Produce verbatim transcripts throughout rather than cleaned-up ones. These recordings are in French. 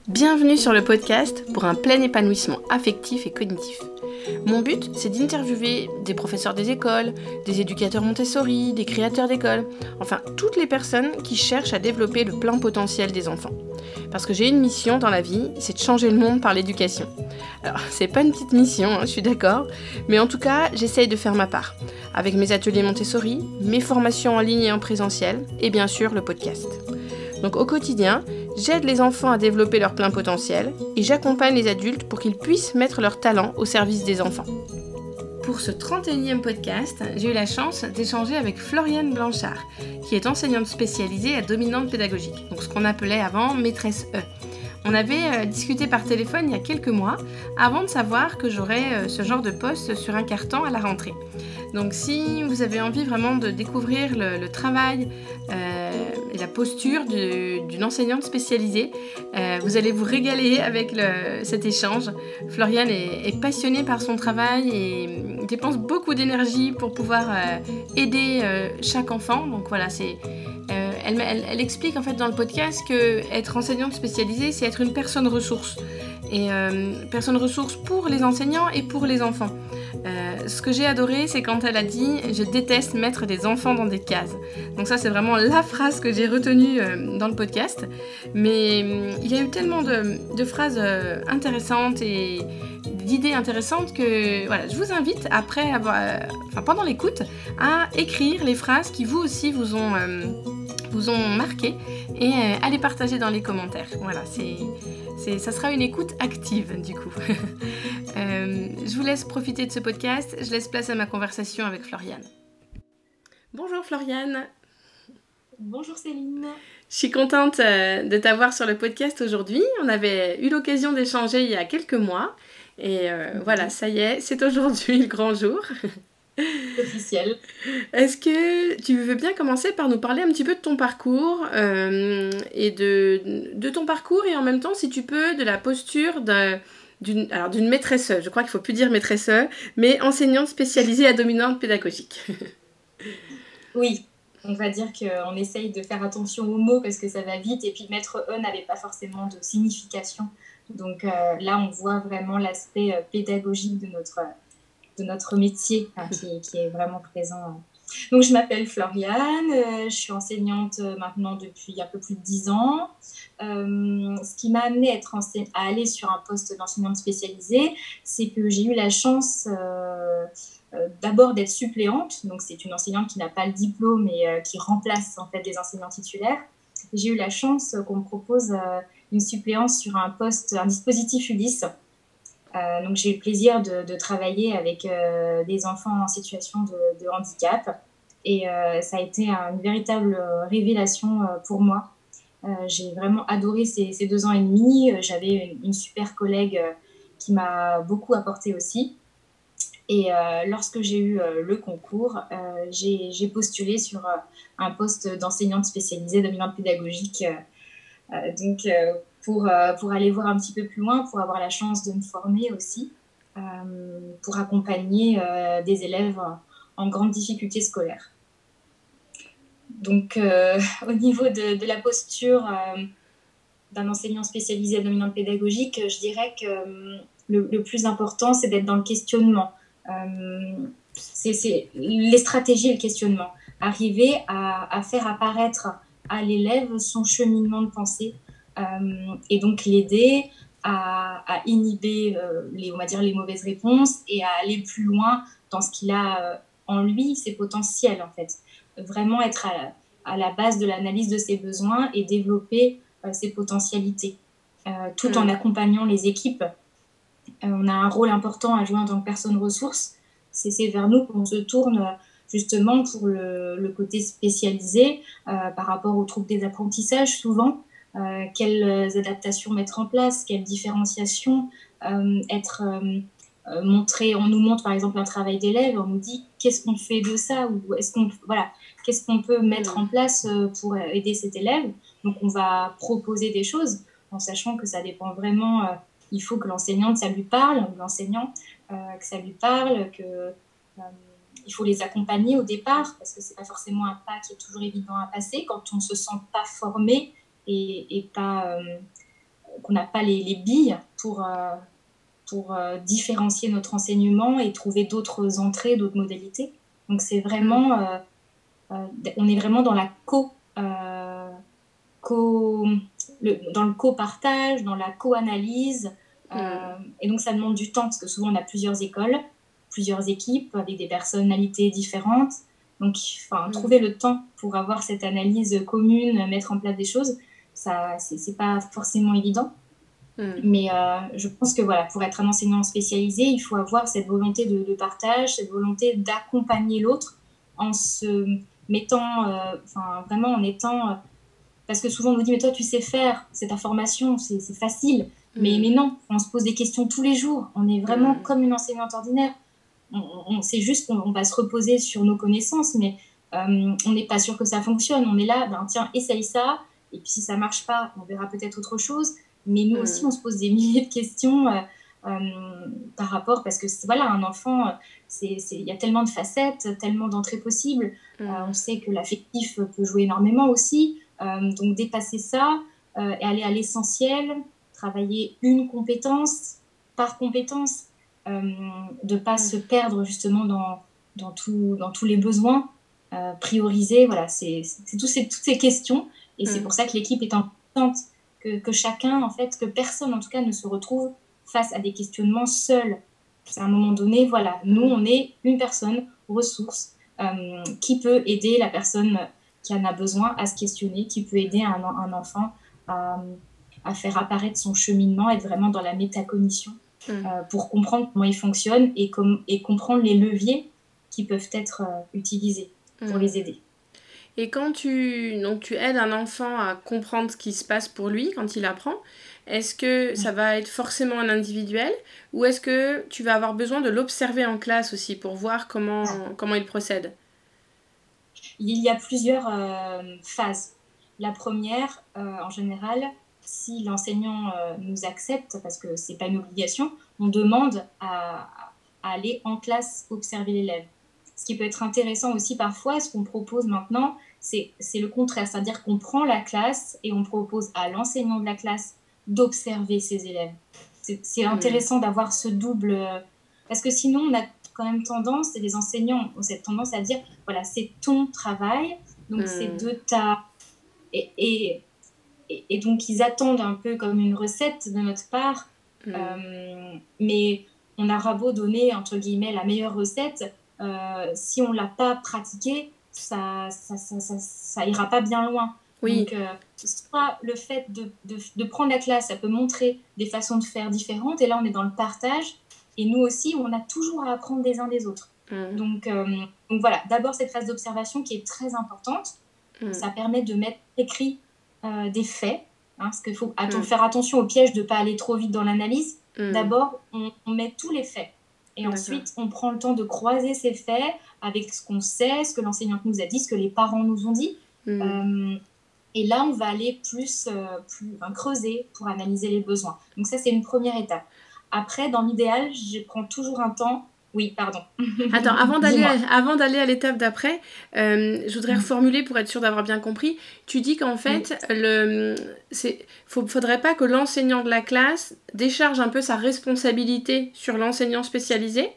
Bienvenue sur le podcast pour un plein épanouissement affectif et cognitif. Mon but, c'est d'interviewer des professeurs des écoles, des éducateurs Montessori, des créateurs d'écoles, enfin toutes les personnes qui cherchent à développer le plein potentiel des enfants. Parce que j'ai une mission dans la vie, c'est de changer le monde par l'éducation. Alors, c'est pas une petite mission, hein, je suis d'accord, mais en tout cas, j'essaye de faire ma part, avec mes ateliers Montessori, mes formations en ligne et en présentiel, et bien sûr le podcast. Donc au quotidien, j'aide les enfants à développer leur plein potentiel et j'accompagne les adultes pour qu'ils puissent mettre leur talent au service des enfants. Pour ce trente et unième podcast, j'ai eu la chance d'échanger avec Floriane Blanchard, qui est enseignante spécialisée à dominante pédagogique, donc ce qu'on appelait avant maîtresse E. On avait euh, discuté par téléphone il y a quelques mois, avant de savoir que j'aurais euh, ce genre de poste sur un carton à la rentrée. Donc si vous avez envie vraiment de découvrir le, le travail euh, et la posture du, d'une enseignante spécialisée, euh, vous allez vous régaler avec le, cet échange. Floriane est, est passionnée par son travail et dépense beaucoup d'énergie pour pouvoir euh, aider euh, chaque enfant. Donc voilà, c'est, euh, elle, elle, elle explique en fait dans le podcast que être enseignante spécialisée, c'est être une personne ressource. Et euh, personne ressource pour les enseignants et pour les enfants. Euh, ce que j'ai adoré, c'est quand elle a dit « Je déteste mettre des enfants dans des cases ». Donc ça, c'est vraiment la phrase que j'ai retenue euh, dans le podcast. Mais euh, il y a eu tellement de, de phrases euh, intéressantes et d'idées intéressantes que voilà, je vous invite, après avoir, euh, enfin, pendant l'écoute, à écrire les phrases qui vous aussi vous ont... Euh, vous ont marqué et euh, à les partager dans les commentaires. Voilà, c'est, c'est, ça sera une écoute active du coup. euh, je vous laisse profiter de ce podcast, je laisse place à ma conversation avec Floriane. Bonjour Floriane. Bonjour Céline. Je suis contente euh, de t'avoir sur le podcast aujourd'hui. On avait eu l'occasion d'échanger il y a quelques mois et euh, mmh. voilà, ça y est, c'est aujourd'hui le grand jour. Officiel. Est-ce que tu veux bien commencer par nous parler un petit peu de ton parcours euh, et de, de ton parcours et en même temps, si tu peux, de la posture d'un, d'une, alors d'une maîtresse, je crois qu'il ne faut plus dire maîtresse, mais enseignante spécialisée à dominante pédagogique. Oui, on va dire qu'on essaye de faire attention aux mots parce que ça va vite et puis maître E n'avait pas forcément de signification. Donc euh, là, on voit vraiment l'aspect euh, pédagogique de notre... de notre métier hein, qui, qui est vraiment présent. Donc, je m'appelle Floriane, euh, je suis enseignante maintenant depuis un peu plus de dix ans. Euh, ce qui m'a amenée à, être ense- à aller sur un poste d'enseignante spécialisée, c'est que j'ai eu la chance euh, euh, d'abord d'être suppléante. Donc, c'est une enseignante qui n'a pas le diplôme et euh, qui remplace en fait des enseignants titulaires. J'ai eu la chance qu'on me propose euh, une suppléance sur un poste, un dispositif Ulysse. Euh, donc j'ai eu le plaisir de, de travailler avec euh, des enfants en situation de, de handicap et euh, ça a été une véritable révélation euh, pour moi. Euh, j'ai vraiment adoré ces, ces deux ans et demi. J'avais une, une super collègue euh, qui m'a beaucoup apporté aussi. Et euh, lorsque j'ai eu euh, le concours, euh, j'ai, j'ai postulé sur euh, un poste d'enseignante spécialisée dominante pédagogique. Euh, donc euh, pour, euh, pour aller voir un petit peu plus loin, pour avoir la chance de me former aussi, euh, pour accompagner euh, des élèves en grande difficulté scolaire. Donc, euh, au niveau de, de la posture euh, d'un enseignant spécialisé à dominante pédagogique, je dirais que euh, le, le plus important, c'est d'être dans le questionnement. Euh, c'est, c'est les stratégies et le questionnement. Arriver à, à faire apparaître à l'élève son cheminement de pensée euh, et donc l'aider à, à inhiber euh, les, on va dire, les mauvaises réponses et à aller plus loin dans ce qu'il a euh, en lui, ses potentiels en fait. Vraiment être à, à la base de l'analyse de ses besoins et développer euh, ses potentialités, euh, tout mmh. en accompagnant les équipes. Euh, on a un rôle important à jouer en tant que personne ressource. C'est, c'est vers nous qu'on se tourne justement pour le, le côté spécialisé euh, par rapport aux troubles des apprentissages souvent. Euh, quelles adaptations mettre en place, quelles différenciations, euh, être euh, euh, montré. On nous montre par exemple un travail d'élève, on nous dit qu'est-ce qu'on fait de ça ou est-ce qu'on, voilà, qu'est-ce qu'on peut mettre mmh. en place pour aider cet élève. Donc on va proposer des choses en sachant que ça dépend vraiment. Euh, il faut que l'enseignante, ça lui parle, l'enseignant, euh, que ça lui parle, que euh, il faut les accompagner au départ parce que c'est pas forcément un pas qui est toujours évident à passer quand on se sent pas formé et, et pas, euh, qu'on n'a pas les, les billes pour, euh, pour euh, différencier notre enseignement et trouver d'autres entrées, d'autres modalités. Donc c'est vraiment, euh, euh, on est vraiment dans la co, euh, co le, dans le co-partage, dans la co-analyse. Euh, mmh. Et donc ça demande du temps parce que souvent on a plusieurs écoles, plusieurs équipes avec des personnalités différentes. Donc enfin, mmh. trouver le temps pour avoir cette analyse commune, mettre en place des choses, ça c'est, c'est pas forcément évident. Mmh. Mais euh, je pense que voilà, pour être un enseignant spécialisé, il faut avoir cette volonté de, de partage, cette volonté d'accompagner l'autre en se mettant, euh, enfin vraiment en étant... Euh, parce que souvent on nous dit mais toi tu sais faire, c'est ta formation, c'est, c'est facile. Mmh. Mais, mais non, on se pose des questions tous les jours. On est vraiment mmh. comme une enseignante ordinaire. On, on, c'est juste qu'on on va se reposer sur nos connaissances, mais euh, on n'est pas sûr que ça fonctionne. On est là, ben tiens, essaye ça, et puis si ça marche pas, on verra peut-être autre chose. Mais nous mmh. aussi, on se pose des milliers de questions euh, euh, par rapport, parce que voilà, un enfant, c'est, c'est, y a tellement de facettes, tellement d'entrées possibles. Mmh. Euh, on sait que l'affectif peut jouer énormément aussi. Euh, donc dépasser ça euh, et aller à l'essentiel, travailler une compétence par compétence, euh, de ne pas mmh. se perdre justement dans, dans, tout, dans tous les besoins, euh, prioriser, voilà, c'est, c'est tous ces, toutes ces questions et mmh. c'est pour ça que l'équipe est importante, que, que chacun, en fait, que personne en tout cas ne se retrouve face à des questionnements seul. À un moment donné, voilà, nous on est une personne ressource euh, qui peut aider la personne qui en a besoin à se questionner, qui peut aider un, un enfant à, à faire apparaître son cheminement, être vraiment dans la métacognition mmh. euh, pour comprendre comment il fonctionne et, com- et comprendre les leviers qui peuvent être euh, utilisés pour mmh. les aider. Et quand tu, donc tu aides un enfant à comprendre ce qui se passe pour lui quand il apprend, est-ce que ça va être forcément un individuel ou est-ce que tu vas avoir besoin de l'observer en classe aussi pour voir comment, comment il procède ? Il y a plusieurs euh, phases. La première, euh, en général, si l'enseignant euh, nous accepte, parce que ce n'est pas une obligation, on demande à, à aller en classe observer l'élève. Ce qui peut être intéressant aussi parfois, ce qu'on propose maintenant, c'est, c'est le contraire, c'est-à-dire qu'on prend la classe et on propose à l'enseignant de la classe d'observer ses élèves. C'est, c'est intéressant mmh. d'avoir ce double... Parce que sinon, on a quand même tendance, et les enseignants ont cette tendance à dire, voilà, c'est ton travail, donc mmh. c'est de ta... Et, et, et, et donc, ils attendent un peu comme une recette de notre part, mmh. euh, mais on aura beau donner, entre guillemets, la meilleure recette, euh, si on ne l'a pas pratiquée, ça ça, ça, ça, ça ira pas bien loin. Oui. Donc, euh, soit le fait de, de, de prendre la classe, ça peut montrer des façons de faire différentes, et là, on est dans le partage, et nous aussi, on a toujours à apprendre des uns des autres. Mmh. Donc, euh, donc voilà, d'abord cette phase d'observation qui est très importante. Mmh. Ça permet de mettre écrit euh, des faits, hein, parce qu'il faut att- mmh. faire attention au piège de ne pas aller trop vite dans l'analyse. Mmh. D'abord, on, on met tous les faits. Et D'accord. ensuite, on prend le temps de croiser ces faits avec ce qu'on sait, ce que l'enseignante nous a dit, ce que les parents nous ont dit. Mmh. Euh, et là, on va aller plus, euh, plus enfin, creuser pour analyser les besoins. Donc ça, c'est une première étape. Après, dans l'idéal, je prends toujours un temps... Oui, pardon. Attends, avant d'aller, à, avant d'aller à l'étape d'après, euh, je voudrais reformuler pour être sûre d'avoir bien compris. Tu dis qu'en fait, il ne faudrait pas que l'enseignant de la classe décharge un peu sa responsabilité sur l'enseignant spécialisé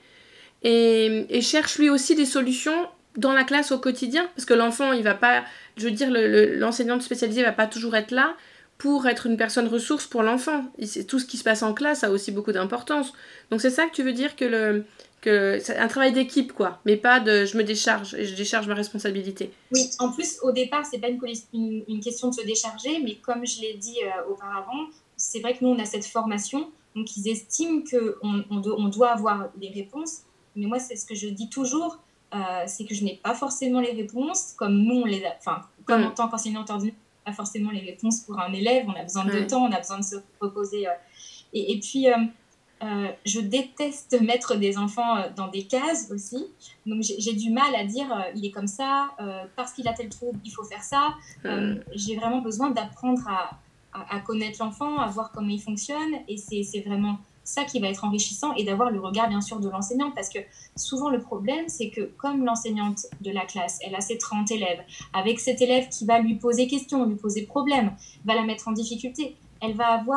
et, et cherche lui aussi des solutions dans la classe au quotidien. Parce que l'enfant, il va pas... Je veux dire, le, le, l'enseignant spécialisé ne va pas toujours être là pour être une personne ressource pour l'enfant. Et tout ce qui se passe en classe a aussi beaucoup d'importance. Donc c'est ça que tu veux dire que le... que c'est un travail d'équipe, quoi, mais pas de je me décharge et je décharge ma responsabilité. Oui, en plus, au départ, c'est pas une, une, une question de se décharger, mais comme je l'ai dit euh, auparavant, c'est vrai que nous, on a cette formation, donc ils estiment qu'on on do, on doit avoir les réponses, mais moi, c'est ce que je dis toujours, euh, c'est que je n'ai pas forcément les réponses, comme nous, on les a, enfin, comme mmh. en tant qu'enseignante ordinaire, pas forcément les réponses pour un élève, on a besoin de ouais. temps, on a besoin de se reposer. Euh, et, et puis... Euh, Euh, je déteste mettre des enfants euh, dans des cases aussi. Donc, j'ai, j'ai du mal à dire euh, il est comme ça, euh, parce qu'il a tel trouble, il faut faire ça. Euh, j'ai vraiment besoin d'apprendre à, à, à connaître l'enfant, à voir comment il fonctionne. Et c'est, c'est vraiment ça qui va être enrichissant et d'avoir le regard, bien sûr, de l'enseignante. Parce que souvent, le problème, c'est que comme l'enseignante de la classe, elle a ses trente élèves, avec cet élève qui va lui poser question, lui poser problème, va la mettre en difficulté, elle va avoir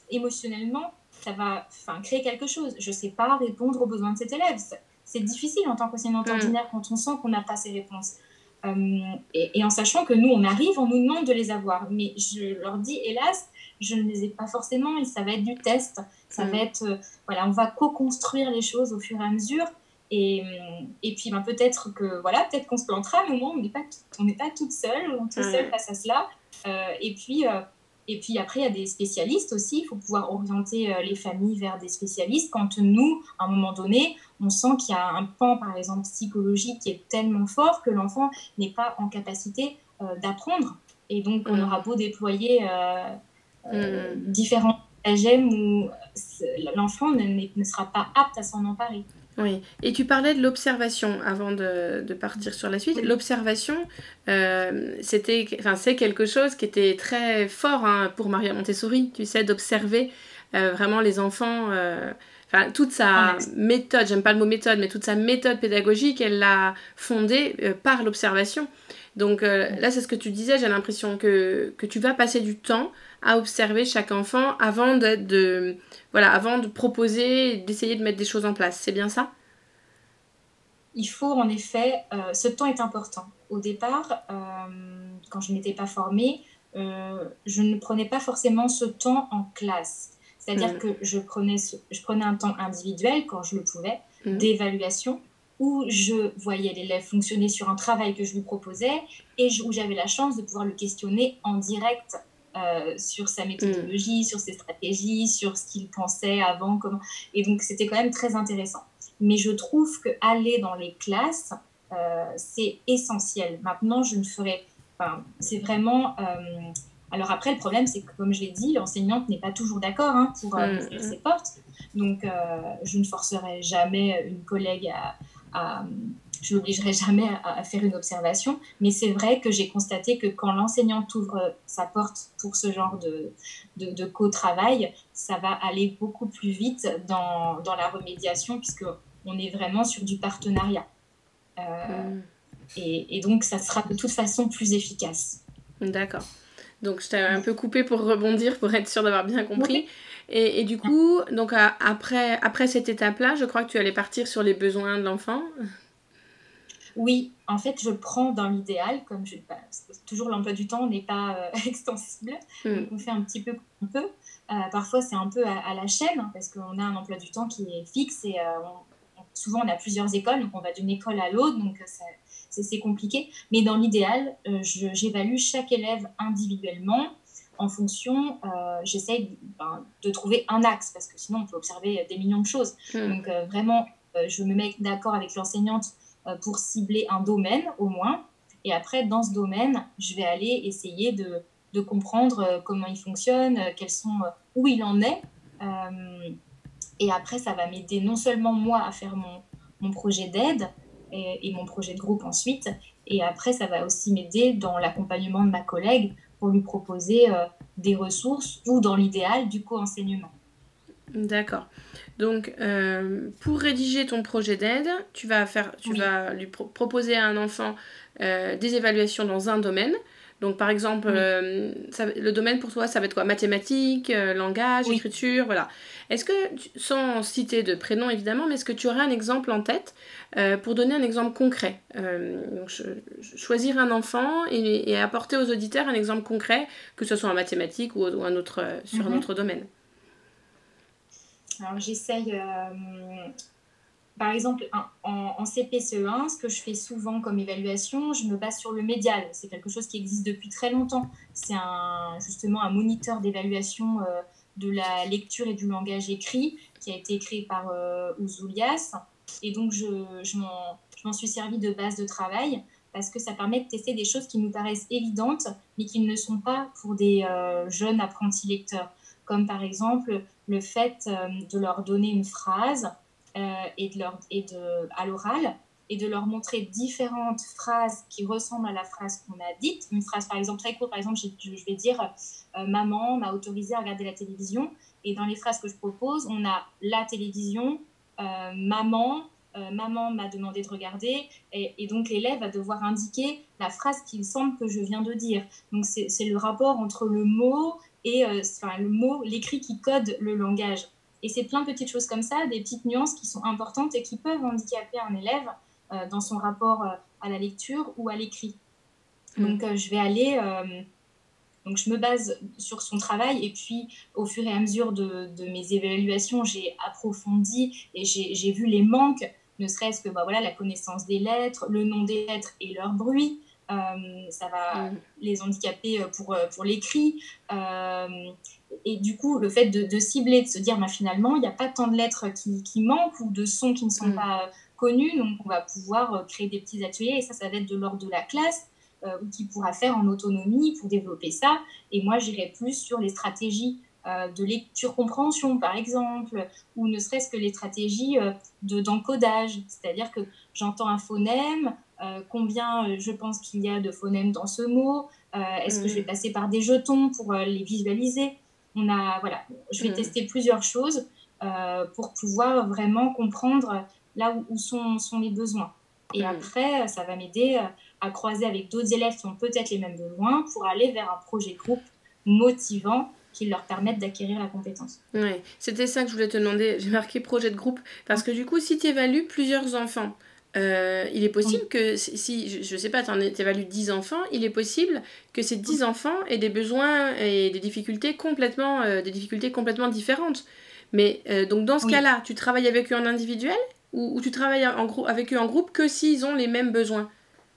émotionnellement, ça va enfin, créer quelque chose. Je ne sais pas répondre aux besoins de cet élève. C'est difficile en tant qu'enseignante Mmh. ordinaire quand on sent qu'on n'a pas ces réponses. Euh, et, et en sachant que nous, on arrive, on nous demande de les avoir. Mais je leur dis, hélas, je ne les ai pas forcément et ça va être du test. Ça Mmh. va être, euh, voilà, on va co-construire les choses au fur et à mesure. Et, et puis ben, peut-être que voilà, peut-être qu'on se plantera, mais au moins on n'est pas on n'est pas toute seule, ou tout seul Ouais. face à cela. Euh, et puis euh, et puis après il y a des spécialistes aussi. Il faut pouvoir orienter euh, les familles vers des spécialistes. Quand nous, à un moment donné, on sent qu'il y a un pan, par exemple psychologique, qui est tellement fort que l'enfant n'est pas en capacité euh, d'apprendre. Et donc on Mmh. aura beau déployer euh, euh, Mmh. différents stratagèmes où l'enfant ne, ne sera pas apte à s'en emparer. Oui, et tu parlais de l'observation avant de, de partir sur la suite. Oui. L'observation, euh, c'était, enfin, c'est quelque chose qui était très fort hein, pour Maria Montessori, tu sais, d'observer euh, vraiment les enfants. Euh, enfin, toute sa méthode, j'aime pas le mot méthode, mais toute sa méthode pédagogique, elle l'a fondée euh, par l'observation. Donc euh, là, c'est ce que tu disais, j'ai l'impression que, que tu vas passer du temps à observer chaque enfant avant de, de, voilà, avant de proposer, d'essayer de mettre des choses en place. C'est bien ça? Il faut en effet, euh, ce temps est important. Au départ, euh, quand je n'étais pas formée, euh, je ne prenais pas forcément ce temps en classe. C'est-à-dire Mmh. que je prenais, ce, je prenais un temps individuel quand je le pouvais, Mmh. d'évaluation, où je voyais l'élève fonctionner sur un travail que je lui proposais et où j'avais la chance de pouvoir le questionner en direct euh, sur sa méthodologie, mmh. sur ses stratégies, sur ce qu'il pensait avant. Comment... Et donc, c'était quand même très intéressant. Mais je trouve qu'aller dans les classes, euh, c'est essentiel. Maintenant, je ne ferai... Enfin, c'est vraiment... Euh, alors après, le problème, c'est que, comme je l'ai dit, l'enseignante n'est pas toujours d'accord hein, pour euh, mmh. ouvrir ses portes. Donc, euh, je ne forcerai jamais une collègue à... à je n'obligerai jamais à, à faire une observation. Mais c'est vrai que j'ai constaté que quand l'enseignante ouvre sa porte pour ce genre de, de, de co-travail, ça va aller beaucoup plus vite dans, dans la remédiation puisque on est vraiment sur du partenariat. Euh, mmh. et, et donc, ça sera de toute façon plus efficace. D'accord. Donc, je t'ai un peu coupé pour rebondir, pour être sûre d'avoir bien compris. Oui. Et, et du coup, donc, à, après, après cette étape-là, je crois que tu allais partir sur les besoins de l'enfant. Oui, en fait, je prends dans l'idéal, comme je, bah, toujours l'emploi du temps n'est pas euh, extensible, mmh. donc on fait un petit peu comme on peut. Euh, parfois, c'est un peu à, à la chaîne, hein, parce qu'on a un emploi du temps qui est fixe et euh, on, on, souvent on a plusieurs écoles, donc on va d'une école à l'autre, donc c'est compliqué. Mais dans l'idéal, euh, j'évalue chaque élève individuellement. En fonction, euh, j'essaye ben, de trouver un axe, parce que sinon on peut observer des millions de choses. Mmh. Donc euh, vraiment, euh, je me mets d'accord avec l'enseignante pour cibler un domaine au moins. Et après, dans ce domaine, je vais aller essayer de, de comprendre comment il fonctionne, quels sont, où il en est. Euh, et après, ça va m'aider non seulement moi à faire mon, mon projet d'aide et, et mon projet de groupe ensuite, et après, ça va aussi m'aider dans l'accompagnement de ma collègue pour lui proposer euh, des ressources ou, dans l'idéal, du co-enseignement. D'accord. Donc, euh, pour rédiger ton projet d'aide, tu vas faire, tu oui. vas lui pro proposer à un enfant euh, des évaluations dans un domaine. Donc, par exemple, oui. euh, ça, le domaine pour toi, ça va être quoi? Mathématiques, euh, langage, oui. écriture, voilà. Est-ce que, tu, sans citer de prénom évidemment, mais est-ce que tu aurais un exemple en tête euh, pour donner un exemple concret? euh, donc, je, je, choisir un enfant et, et apporter aux auditeurs un exemple concret, que ce soit en mathématiques ou, ou un autre, euh, sur mm-hmm. un autre domaine. Alors, j'essaye, euh, par exemple, en, en C P C E un, ce que je fais souvent comme évaluation, je me base sur le Médial. C'est quelque chose qui existe depuis très longtemps. C'est un, justement un moniteur d'évaluation euh, de la lecture et du langage écrit qui a été créé par euh, Ouzoulias. Et donc, je, je m'en suis servi de base de travail parce que ça permet de tester des choses qui nous paraissent évidentes, mais qui ne le sont pas pour des euh, jeunes apprentis lecteurs. Comme par exemple le fait euh, de leur donner une phrase euh, et, de leur, et de, à l'oral et de leur montrer différentes phrases qui ressemblent à la phrase qu'on a dite. Une phrase par exemple très courte, par exemple je, je vais dire euh, « maman m'a autorisé à regarder la télévision » et dans les phrases que je propose, on a la télévision, euh, maman, euh, maman m'a demandé de regarder et, et donc l'élève va devoir indiquer la phrase qu'il semble que je viens de dire. Donc c'est le rapport entre le mot et euh, enfin, le mot, l'écrit qui code le langage. Et c'est plein de petites choses comme ça, des petites nuances qui sont importantes et qui peuvent handicaper un élève euh, dans son rapport euh, à la lecture ou à l'écrit. Mmh. Donc, euh, je vais aller... Euh, donc, je me base sur son travail et puis, au fur et à mesure de, de mes évaluations, j'ai approfondi et j'ai, j'ai vu les manques, ne serait-ce que bah, voilà, la connaissance des lettres, le nom des lettres et leur bruit. Euh, ça va mmh. les handicaper pour, pour l'écrit. Euh, et du coup, le fait de, de cibler, de se dire bah, finalement, il n'y a pas tant de lettres qui, qui manquent ou de sons qui ne sont mmh. pas connus. Donc, on va pouvoir créer des petits ateliers et ça, ça va être de l'ordre de la classe. Euh, ou qui pourra faire en autonomie pour développer ça. Et moi, j'irai plus sur les stratégies euh, de lecture-compréhension, par exemple, ou ne serait-ce que les stratégies euh, de, d'encodage. C'est-à-dire que j'entends un phonème, euh, combien je pense qu'il y a de phonèmes dans ce mot, euh, est-ce mmh. que je vais passer par des jetons pour euh, les visualiser. On a, voilà, je vais mmh. tester plusieurs choses euh, pour pouvoir vraiment comprendre là où, où sont, sont les besoins. Et mmh. après, ça va m'aider à croiser avec d'autres élèves qui ont peut-être les mêmes besoins pour aller vers un projet groupe motivant qui leur permette d'acquérir la compétence. Ouais, c'était ça que je voulais te demander. J'ai marqué projet de groupe parce que du coup, si tu évalues plusieurs enfants, euh, il est possible oui. que si, je, je sais pas, tu évalues dix enfants, il est possible que ces dix enfants aient des besoins et des difficultés complètement, euh, des difficultés complètement différentes. Mais euh, donc dans ce oui. cas-là, tu travailles avec eux en individuel ou, ou tu travailles en grou- avec eux en groupe que s'ils ont les mêmes besoins?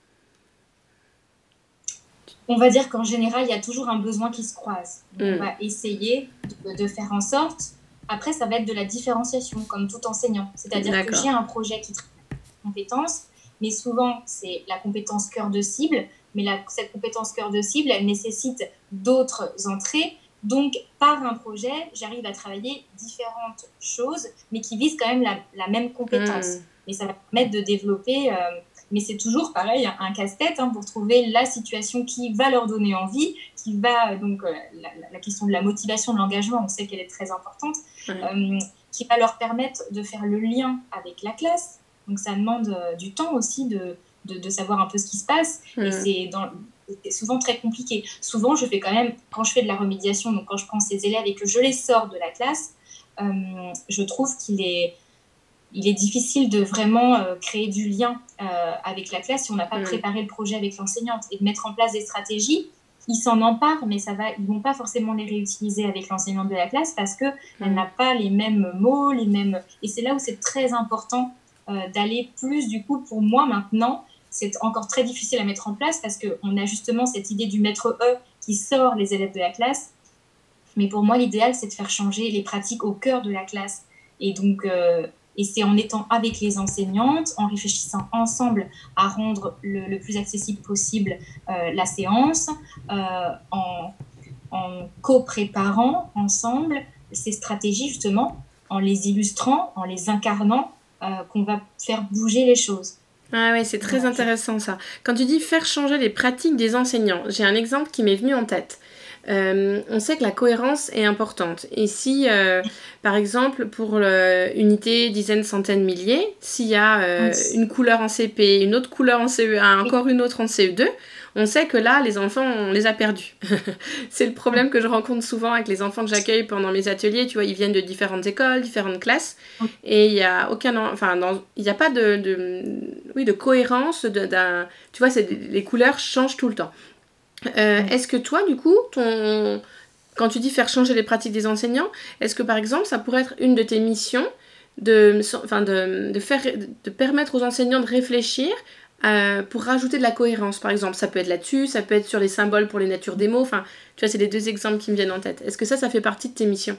On va dire qu'en général, il y a toujours un besoin qui se croise. Donc, mmh. on va essayer de, de faire en sorte. Après, ça va être de la différenciation, comme tout enseignant. C'est-à-dire D'accord. que j'ai un projet qui traite de compétences, mais souvent, c'est la compétence cœur de cible. Mais la, cette compétence cœur de cible, elle nécessite d'autres entrées. Donc, par un projet, j'arrive à travailler différentes choses, mais qui visent quand même la, la même compétence. Mmh. Et ça va permettre de développer... Euh, mais c'est toujours pareil, un casse-tête hein, pour trouver la situation qui va leur donner envie, qui va, donc euh, la, la question de la motivation, de l'engagement, on sait qu'elle est très importante, mmh. euh, qui va leur permettre de faire le lien avec la classe. Donc ça demande euh, du temps aussi de, de, de savoir un peu ce qui se passe. Mmh. Et c'est, dans, c'est souvent très compliqué. Souvent, je fais quand même, quand je fais de la remédiation, donc quand je prends ces élèves et que je les sors de la classe, euh, je trouve qu'il est... il est difficile de vraiment euh, créer du lien euh, avec la classe si on n'a pas mmh. préparé le projet avec l'enseignante et de mettre en place des stratégies. Ils s'en emparent, mais ça va, ils ne vont pas forcément les réutiliser avec l'enseignante de la classe parce qu'elle mmh. n'a pas les mêmes mots, les mêmes... Et c'est là où c'est très important euh, d'aller plus, du coup, pour moi, maintenant, c'est encore très difficile à mettre en place parce qu'on a justement cette idée du maître E qui sort les élèves de la classe. Mais pour moi, l'idéal, c'est de faire changer les pratiques au cœur de la classe. Et donc... Euh, Et c'est en étant avec les enseignantes, en réfléchissant ensemble à rendre le, le plus accessible possible euh, la séance, euh, en, en co-préparant ensemble ces stratégies justement, en les illustrant, en les incarnant, euh, qu'on va faire bouger les choses. Ah ouais, c'est très voilà, intéressant ça. Quand tu dis faire changer les pratiques des enseignants, j'ai un exemple qui m'est venu en tête. Euh, on sait que la cohérence est importante. Et si, euh, par exemple, pour l'unité dizaines, centaines, milliers, s'il y a euh, oui. une couleur en C P, une autre couleur en C E un, encore une autre en C E deux, on sait que là, les enfants, on les a perdus. C'est le problème que je rencontre souvent avec les enfants que j'accueille pendant mes ateliers. Tu vois, ils viennent de différentes écoles, différentes classes, et il n'y a aucun, enfin, il n'y a pas de, de, oui, de cohérence. De, d'un, tu vois, c'est, les couleurs changent tout le temps. Euh, est-ce que toi, du coup, ton... quand tu dis faire changer les pratiques des enseignants, est-ce que, par exemple, ça pourrait être une de tes missions de, enfin, de, de, faire, de permettre aux enseignants de réfléchir euh, pour rajouter de la cohérence, par exemple? Ça peut être là-dessus, ça peut être sur les symboles pour les natures des mots. Enfin, tu vois, c'est les deux exemples qui me viennent en tête. Est-ce que ça, ça fait partie de tes missions?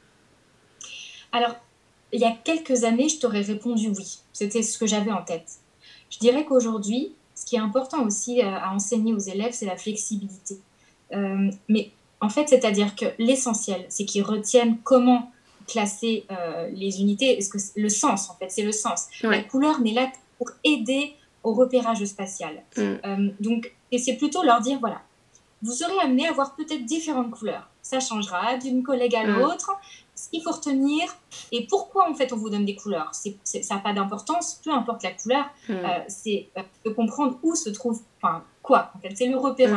Alors, il y a quelques années, je t'aurais répondu oui. C'était ce que j'avais en tête. Je dirais qu'aujourd'hui, ce qui est important aussi à enseigner aux élèves, c'est la flexibilité. Euh, mais en fait, c'est-à-dire que l'essentiel, c'est qu'ils retiennent comment classer euh, les unités. Est-ce que le sens, en fait, c'est le sens. Ouais. La couleur n'est là que pour aider au repérage spatial. Mm. Euh, donc, et c'est plutôt leur dire, voilà, vous serez amené à voir peut-être différentes couleurs. Ça changera d'une collègue à l'autre. Mm. Ce qu'il faut retenir, et pourquoi en fait on vous donne des couleurs, c'est, c'est, ça n'a pas d'importance, peu importe la couleur, mm. euh, c'est euh, de comprendre où se trouve, enfin quoi, en fait, c'est le repérage. Mm.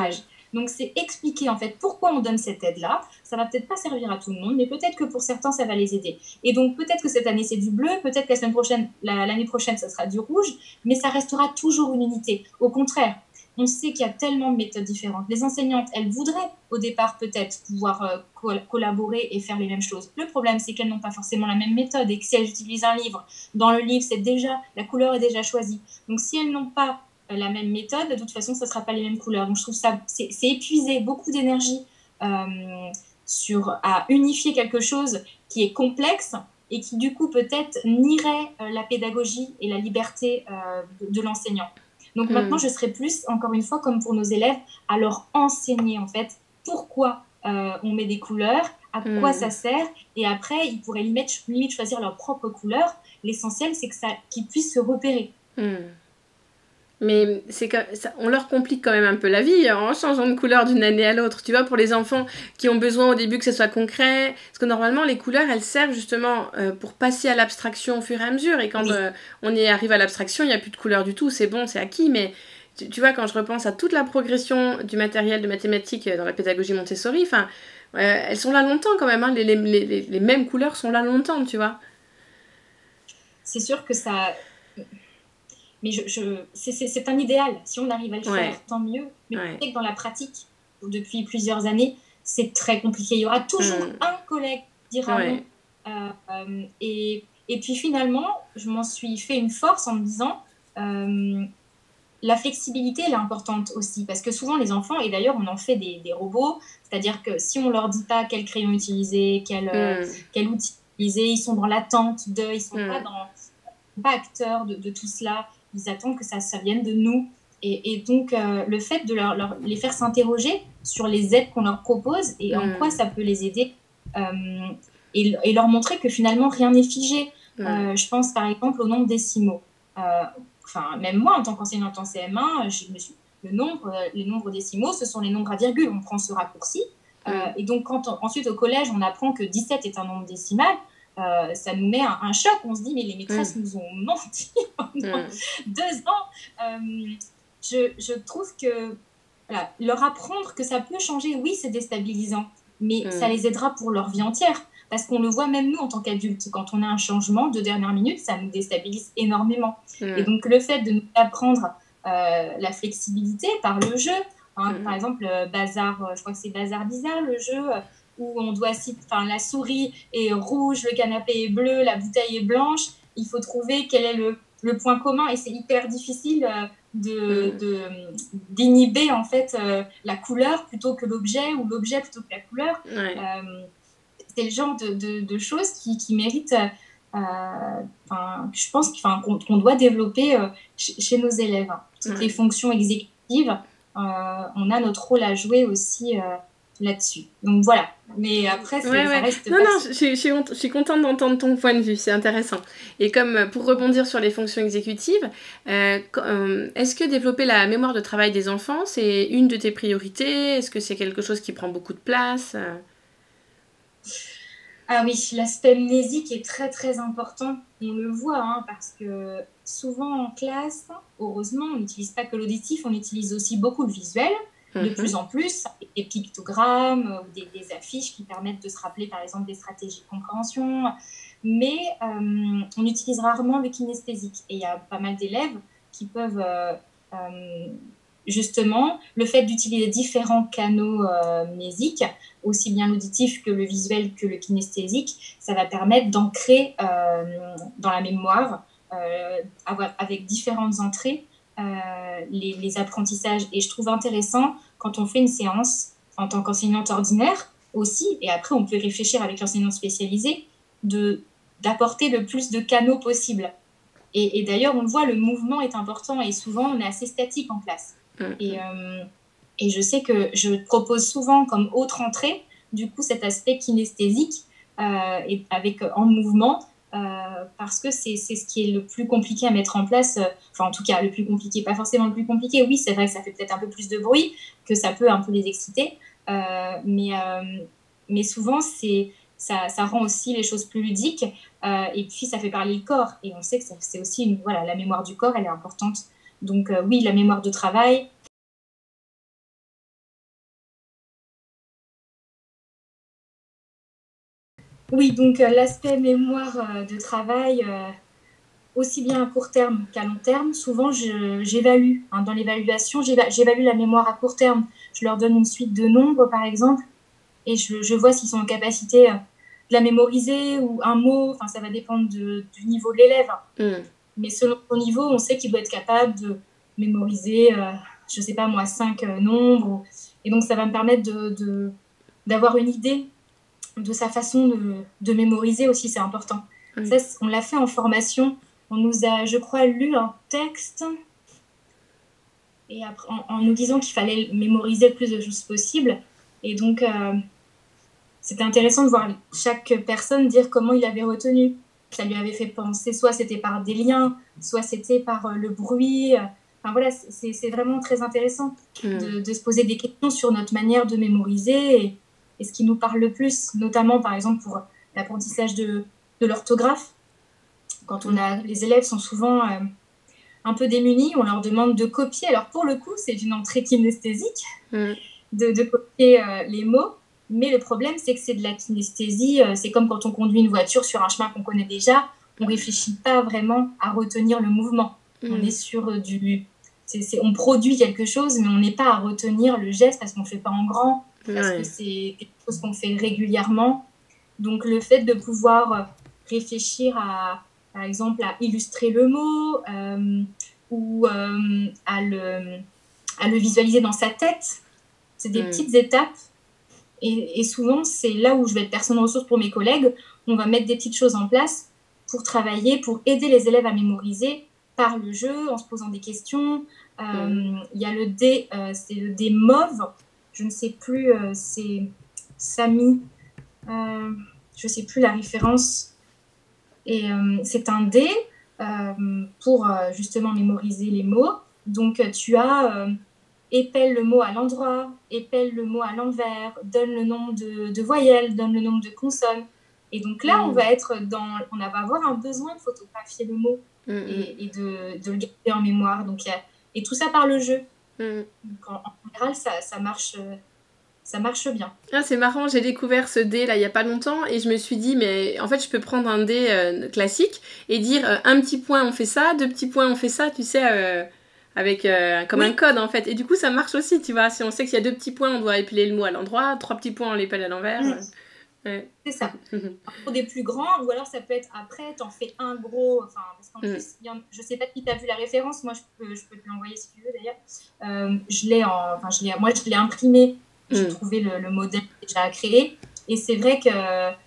Donc, c'est expliquer en fait pourquoi on donne cette aide-là. Ça va peut-être pas servir à tout le monde, mais peut-être que pour certains, ça va les aider. Et donc, peut-être que cette année, c'est du bleu, peut-être que la semaine prochaine, la, l'année prochaine, ça sera du rouge, mais ça restera toujours une unité. Au contraire, on sait qu'il y a tellement de méthodes différentes. Les enseignantes, elles voudraient au départ peut-être pouvoir euh, co- collaborer et faire les mêmes choses. Le problème, c'est qu'elles n'ont pas forcément la même méthode et que si elles utilisent un livre, dans le livre, c'est déjà, la couleur est déjà choisie. Donc, si elles n'ont pas euh, la même méthode, de toute façon, ça ne sera pas les mêmes couleurs. Donc, je trouve ça, c'est, c'est épuiser beaucoup d'énergie euh, sur, à unifier quelque chose qui est complexe et qui, du coup, peut-être nierait euh, la pédagogie et la liberté euh, de, de l'enseignant. Donc maintenant, Hmm. je serai plus, encore une fois, comme pour nos élèves, à leur enseigner en fait pourquoi euh, on met des couleurs, à quoi Hmm. ça sert, et après, ils pourraient limite, limite choisir leur propre couleur. L'essentiel, c'est que ça, qu'ils puissent se repérer. Hmm. Mais c'est que, ça, on leur complique quand même un peu la vie en changeant de couleur d'une année à l'autre. Tu vois, pour les enfants qui ont besoin au début que ce soit concret. Parce que normalement, les couleurs, elles servent justement euh, pour passer à l'abstraction au fur et à mesure. Et quand Oui, euh, on y arrive à l'abstraction, il n'y a plus de couleur du tout. C'est bon, c'est acquis. Mais tu, tu vois, quand je repense à toute la progression du matériel de mathématiques dans la pédagogie Montessori, enfin, euh, elles sont là longtemps quand même. Hein. Les, les, les, les mêmes couleurs sont là longtemps, tu vois. c'est sûr que ça... Mais je, je, c'est, c'est, c'est un idéal. Si on arrive à le Ouais, faire, tant mieux. Mais ouais. je sais que dans la pratique, depuis plusieurs années, c'est très compliqué. Il y aura toujours Hmm. un collègue qui dira non. Ouais. Euh, euh, et, et puis finalement, je m'en suis fait une force en me disant, euh, la flexibilité, elle est importante aussi. Parce que souvent, les enfants, et d'ailleurs, on en fait des, des robots, c'est-à-dire que si on leur dit pas quel crayon utiliser, quel, euh, Hmm. quel outil utiliser, ils sont dans l'attente de, ils sont pas Hmm. dans pas acteurs de, de tout cela. Ils attendent que ça, ça vienne de nous. Et, et donc, euh, le fait de leur, leur- les faire s'interroger sur les aides qu'on leur propose et en quoi Hmm. ça peut les aider, euh, et, et leur montrer que finalement, rien n'est figé. Ouais. Euh, je pense par exemple au nombre décimaux. Euh, Enfin, même moi, en tant qu'enseignante en C M un, je me suis, le nombre, euh, les nombres décimaux, ce sont les nombres à virgule. On prend ce raccourci. Euh, Hmm. et donc, quand on- ensuite au collège, on apprend que dix-sept est un nombre décimal, euh, ça nous met un, un, choc. On se dit, mais les Hmm. maîtresses nous ont menti pendant Hmm. deux ans. Euh, je, je, trouve que voilà, leur apprendre que ça peut changer, oui, c'est déstabilisant, mais ça Hmm. les aidera pour leur vie entière. Parce qu'on le voit même nous en tant qu'adultes, quand on a un changement de dernière minute, ça nous déstabilise énormément. Et Hmm. donc le fait de nous apprendre euh, la flexibilité par le jeu, hein, par Hmm. exemple, euh, Bazar, euh, je crois que c'est Bazar Bizarre, le jeu euh, où on doit, enfin, la souris est rouge, le canapé est bleu, la bouteille est blanche. Il faut trouver quel est le, le point commun et c'est hyper difficile euh, de, Hmm. de, d'inhiber en fait euh, la couleur plutôt que l'objet ou l'objet plutôt que la couleur. Ouais. Euh, c'est le genre de, de, de choses qui, qui méritent, euh, je pense qu'on, qu'on doit développer euh, chez, chez nos élèves. Toutes les Ouais. fonctions exécutives, euh, on a notre rôle à jouer aussi euh, là-dessus. Donc voilà. Mais après, Ouais, c'est, ça ouais. reste Non, non, passionnant. je, je, je suis cont- je suis contente d'entendre ton point de vue, c'est intéressant. Et comme euh, pour rebondir sur les fonctions exécutives, euh, qu- euh, est-ce que développer la mémoire de travail des enfants, c'est une de tes priorités? Est-ce que c'est quelque chose qui prend beaucoup de place? Euh, Ah oui, l'aspect mnésique est très très important. On le voit hein, parce que souvent en classe, heureusement, on n'utilise pas que l'auditif, on utilise aussi beaucoup le visuel, de plus mhm. en plus, des pictogrammes euh, ou des, des affiches qui permettent de se rappeler par exemple des stratégies de compréhension. Mais euh, on utilise rarement le kinesthésique. Et il y a pas mal d'élèves qui peuvent euh, euh, justement, le fait d'utiliser différents canaux euh, mnésiques, aussi bien l'auditif que le visuel que le kinesthésique, ça va permettre d'ancrer euh, dans la mémoire, euh, avoir, avec différentes entrées, euh, les, les apprentissages. Et je trouve intéressant quand on fait une séance en tant qu'enseignante ordinaire aussi, et après on peut réfléchir avec l'enseignant spécialisé, de, d'apporter le plus de canaux possible. Et, et d'ailleurs, on le voit, le mouvement est important et souvent on est assez statique en classe. Et, Mhm. euh, et je sais que je propose souvent comme autre entrée, du coup, cet aspect kinesthésique euh, et avec euh, en mouvement, euh, parce que c'est, c'est ce qui est le plus compliqué à mettre en place. Euh, enfin, en tout cas, le plus compliqué, pas forcément le plus compliqué. Oui, c'est vrai que ça fait peut-être un peu plus de bruit, que ça peut un peu les exciter, euh, mais, euh, mais souvent, c'est, ça, ça rend aussi les choses plus ludiques. Euh, et puis, ça fait parler le corps. Et on sait que c'est aussi une, voilà, la mémoire du corps, elle est importante. Donc, euh, oui, la mémoire de travail, Oui, donc euh, l'aspect mémoire euh, de travail, euh, aussi bien à court terme qu'à long terme, souvent je, j'évalue. Hein, dans l'évaluation, j'éva- j'évalue la mémoire à court terme. Je leur donne une suite de nombres, par exemple, et je, je vois s'ils sont en capacité euh, de la mémoriser ou un mot. Enfin, ça va dépendre de- du niveau de l'élève. Mm. Mais selon son niveau, on sait qu'il doit être capable de mémoriser, euh, je sais pas moi, cinq euh, nombres. Et donc, ça va me permettre de, de- d'avoir une idée de sa façon de, de mémoriser aussi, c'est important. Oui. Ça, c'est- on l'a fait en formation. On nous a, je crois, lu un texte et après, en, en nous disant qu'il fallait mémoriser le plus de choses possible. Et donc, euh, c'était intéressant de voir chaque personne dire comment il avait retenu. Ça lui avait fait penser, soit c'était par des liens, soit c'était par euh, le bruit. Enfin voilà, c'est, c'est vraiment très intéressant Mm. de, de se poser des questions sur notre manière de mémoriser et, et ce qui nous parle le plus, notamment par exemple pour l'apprentissage de, de l'orthographe. Quand on a, les élèves sont souvent euh, un peu démunis, on leur demande de copier. Alors pour le coup, c'est une entrée kinesthésique Mm. de, de copier euh, les mots. Mais le problème, c'est que c'est de la kinesthésie. Euh, c'est comme quand on conduit une voiture sur un chemin qu'on connaît déjà. On ne réfléchit pas vraiment à retenir le mouvement. Mm. On est sur euh, du... C'est, c'est, on produit quelque chose, mais on n'est pas à retenir le geste parce qu'on ne le fait pas en grand, parce Ouais. que c'est quelque chose qu'on fait régulièrement. Donc le fait de pouvoir euh, réfléchir à, par exemple, à illustrer le mot euh, ou euh, à, le, à le visualiser dans sa tête, c'est des Mm. petites étapes. Et, et souvent, c'est là où je vais être personne ressource pour mes collègues. On va mettre des petites choses en place pour travailler, pour aider les élèves à mémoriser par le jeu, en se posant des questions. Il euh, Mm. y a le dé, euh, c'est le dé mauve. Je ne sais plus, euh, c'est Samy. Euh, je ne sais plus la référence. Et euh, c'est un dé euh, pour euh, justement mémoriser les mots. Donc, tu as... Euh, épelle le mot à l'endroit, épelle le mot à l'envers, donne le nombre de, de voyelles, donne le nombre de consonnes. Et donc là, mm. on va être dans, on va avoir un besoin de photographier le mot mm. et, et de, de le garder en mémoire. Donc, y a, et tout ça par le jeu. Mm. Donc, en, en général, ça, ça marche. Ça marche bien. Ah, c'est marrant, j'ai découvert ce dé là il y a pas longtemps et je me suis dit mais en fait je peux prendre un dé euh, classique et dire euh, un petit point on fait ça, deux petits points on fait ça, tu sais, euh, avec euh, comme oui. un code en fait. Et du coup ça marche aussi, tu vois, si on sait qu'il y a deux petits points on doit épeler le mot à l'endroit, trois petits points on l'épelle à l'envers. Mmh. Euh, ouais. C'est ça. Pour des plus grands, ou alors ça peut être après, t'en fais un gros, enfin, parce qu'en mmh. plus, y en, je sais pas si t'as vu la référence, moi je peux, je peux te l'envoyer si tu veux d'ailleurs. Euh, je l'ai en, enfin, je l'ai, moi je l'ai imprimé, j'ai mmh. trouvé le, le modèle déjà créé, et c'est vrai que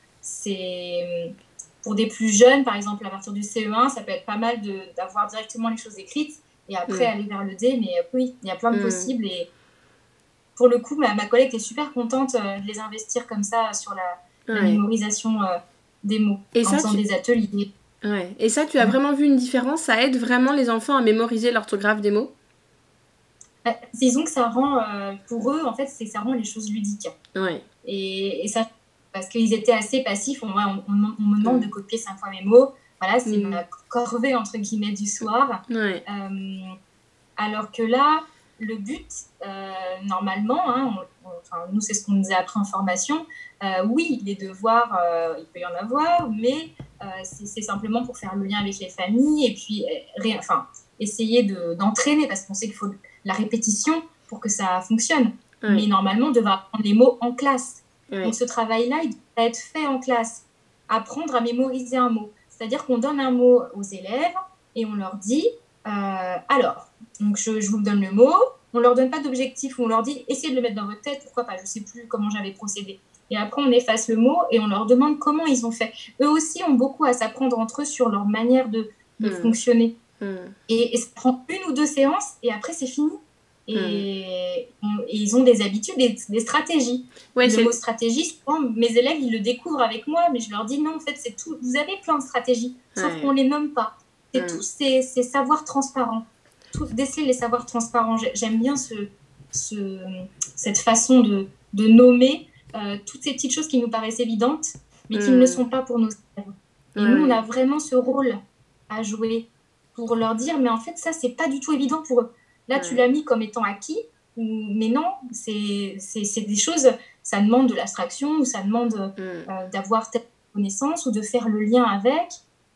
c'est, pour des plus jeunes, par exemple à partir du C E un, ça peut être pas mal de, d'avoir directement les choses écrites, et après mmh. aller vers le D, mais oui, il y a plein de mmh. possibles, et pour le coup, ma, ma collègue est super contente de les investir comme ça sur la la ouais. mémorisation euh, des mots et en ça, faisant tu... des ateliers. Ouais. Et ça, tu as vraiment vu une différence? Ça aide vraiment les enfants à mémoriser l'orthographe des mots? Bah, disons que ça rend, euh, pour eux, en fait, c'est, ça rend les choses ludiques. Ouais. Et, et ça, parce qu'ils étaient assez passifs, on, on, on, on me demande mmh. de copier cinq fois mes mots. Voilà, c'est mmh. ma corvée, entre guillemets, du soir. Ouais. Euh, alors que là, le but, euh, normalement, hein, on, on, enfin, nous, c'est ce qu'on nous a appris en formation. Euh, oui, les devoirs, euh, il peut y en avoir, mais euh, c'est, c'est simplement pour faire le lien avec les familles et puis ré, enfin, essayer de, d'entraîner, parce qu'on sait qu'il faut la répétition pour que ça fonctionne. Ouais. Mais normalement, on devrait apprendre les mots en classe. Ouais. Donc, ce travail-là, il doit être fait en classe. Apprendre à mémoriser un mot. C'est-à-dire qu'on donne un mot aux élèves et on leur dit... Euh, alors, donc je, je vous donne le mot, on ne leur donne pas d'objectif, on leur dit essayez de le mettre dans votre tête, pourquoi pas, je ne sais plus comment j'avais procédé. Et après, on efface le mot et on leur demande comment ils ont fait. Eux aussi ont beaucoup à s'apprendre entre eux sur leur manière de, de mmh. fonctionner. Mmh. Et, et ça prend une ou deux séances et après, c'est fini. Et, mmh. on, et ils ont des habitudes, des, des stratégies. Ouais, le c'est... mot stratégie, souvent, mes élèves, ils le découvrent avec moi, mais je leur dis non, en fait, c'est tout. Vous avez plein de stratégies, sauf ouais. qu'on ne les nomme pas. C'est mmh. tous ces, ces savoirs transparents, tout, déceler les savoirs transparents. J'aime bien ce, ce, cette façon de, de nommer euh, toutes ces petites choses qui nous paraissent évidentes, mais mmh. qui ne le sont pas pour nos élèves. Et mmh. nous, on a vraiment ce rôle à jouer pour leur dire, mais en fait, ça, c'est pas du tout évident pour eux. Là, mmh. tu l'as mis comme étant acquis, mais non, c'est, c'est, c'est des choses, ça demande de l'abstraction, ou ça demande mmh. euh, d'avoir... connaissances ou de faire le lien avec.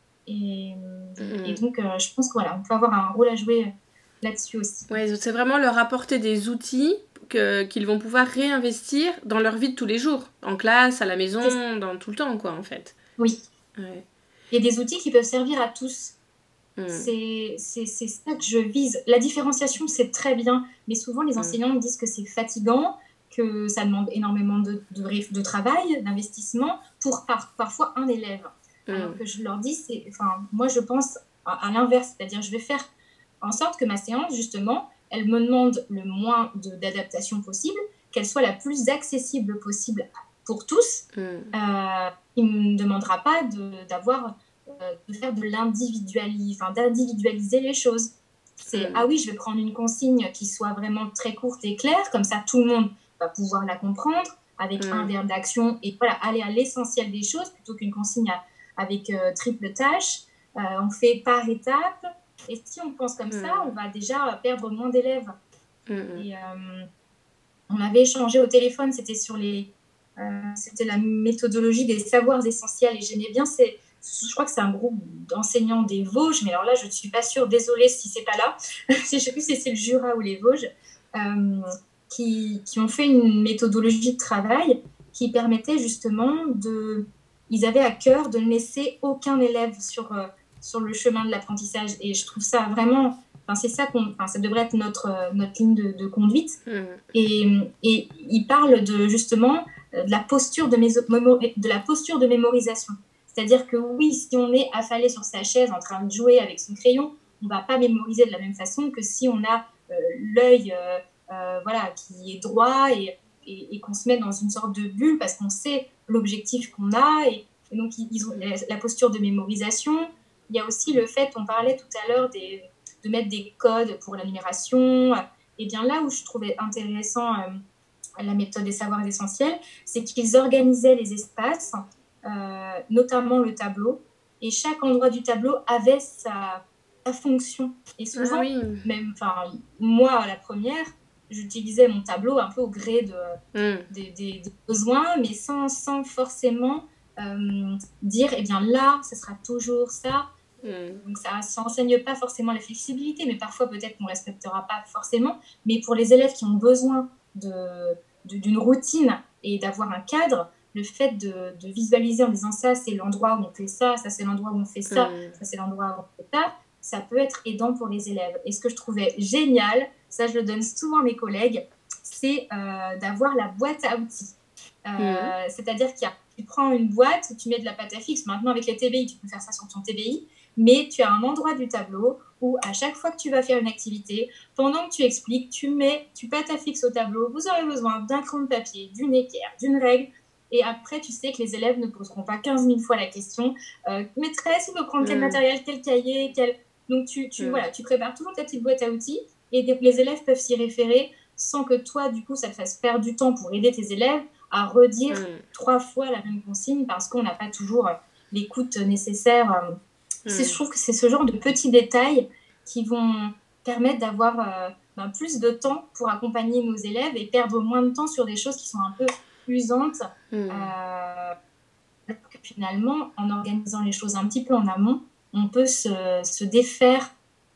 Et, mmh. et donc, euh, je pense qu'on voilà, peut avoir un rôle à jouer là-dessus aussi. Ouais, c'est vraiment leur apporter des outils que, qu'ils vont pouvoir réinvestir dans leur vie de tous les jours, en classe, à la maison, dans tout le temps, quoi, en fait. Oui. Ouais. Il y a des outils qui peuvent servir à tous. Mmh. C'est, c'est, c'est ça que je vise. La différenciation, c'est très bien, mais souvent, les enseignants mmh. me disent que c'est fatigant, que ça demande énormément de, de, de travail, d'investissement pour par, parfois un élève. Mmh. Alors que je leur dis, c'est, enfin, moi, je pense à, à l'inverse, c'est-à-dire je vais faire en sorte que ma séance, justement, elle me demande le moins de, d'adaptation possible, qu'elle soit la plus accessible possible pour tous. Mmh. Euh, il ne me demandera pas de, d'avoir, euh, de faire de l'individualiser, enfin, d'individualiser les choses. C'est, mmh. ah oui, je vais prendre une consigne qui soit vraiment très courte et claire, comme ça tout le monde va pouvoir la comprendre, avec mmh. un verbe d'action, et voilà, aller à l'essentiel des choses, plutôt qu'une consigne à, avec euh, triple tâche. Euh, on fait par étapes. Et si on pense comme mmh. ça, on va déjà perdre moins d'élèves. Mmh. Et euh, on avait échangé au téléphone, c'était sur les, euh, c'était la méthodologie des savoirs essentiels. Et j'aimais bien, c'est, je crois que c'est un groupe d'enseignants des Vosges, mais alors là, je ne suis pas sûre, désolée si c'est pas là. Je ne sais plus si c'est le Jura ou les Vosges, euh, qui, qui ont fait une méthodologie de travail qui permettait justement de, ils avaient à cœur de ne laisser aucun élève sur euh, sur le chemin de l'apprentissage. Et je trouve ça vraiment... Enfin, c'est ça qu'on... Enfin, ça devrait être notre, notre ligne de, de conduite. Mmh. Et, et il parle de, justement de la posture de, méso... de la posture de mémorisation. C'est-à-dire que oui, si on est affalé sur sa chaise en train de jouer avec son crayon, on ne va pas mémoriser de la même façon que si on a euh, l'œil euh, euh, voilà, qui est droit et, et, et qu'on se met dans une sorte de bulle parce qu'on sait l'objectif qu'on a. Et, et donc, ils ont la, la posture de mémorisation. Il y a aussi le fait, on parlait tout à l'heure des, de mettre des codes pour la numération. Et bien là où je trouvais intéressant euh, la méthode des savoirs essentiels, c'est qu'ils organisaient les espaces, euh, notamment le tableau, et chaque endroit du tableau avait sa, sa fonction. Et souvent, ah oui. même, moi, à la première, j'utilisais mon tableau un peu au gré de, mm. des, des, des besoins, mais sans, sans forcément... Euh, dire, eh bien là, ce sera toujours ça. Mmh. Donc ça n'enseigne pas forcément la flexibilité, mais parfois peut-être qu'on ne respectera pas forcément. Mais pour les élèves qui ont besoin de, de, d'une routine et d'avoir un cadre, le fait de, de visualiser en disant ça, c'est l'endroit où on fait ça, ça c'est l'endroit où on fait ça, mmh. ça c'est l'endroit où on fait ça, ça peut être aidant pour les élèves. Et ce que je trouvais génial, ça je le donne souvent à mes collègues, c'est euh, d'avoir la boîte à outils. Euh, mmh. C'est-à-dire qu'il y a tu prends une boîte, tu mets de la pâte à fixe. Maintenant, avec les T B I, tu peux faire ça sur ton T B I. Mais tu as un endroit du tableau où, à chaque fois que tu vas faire une activité, pendant que tu expliques, tu mets, tu pâte à fixe au tableau. Vous aurez besoin d'un crayon de papier, d'une équerre, d'une règle. Et après, tu sais que les élèves ne poseront pas quinze mille fois la question euh, « Maîtresse, il faut prendre mmh. quel matériel, quel cahier, quel... » Donc, tu, tu, mmh. voilà, tu prépares toujours ta petite boîte à outils et des, les élèves peuvent s'y référer sans que toi, du coup, ça te fasse perdre du temps pour aider tes élèves à redire mmh. trois fois la même consigne parce qu'on n'a pas toujours l'écoute nécessaire. Mmh. C'est, je trouve que c'est ce genre de petits détails qui vont permettre d'avoir euh, ben, plus de temps pour accompagner nos élèves et perdre moins de temps sur des choses qui sont un peu usantes. Mmh. Euh, que finalement, en organisant les choses un petit peu en amont, on peut se, se défaire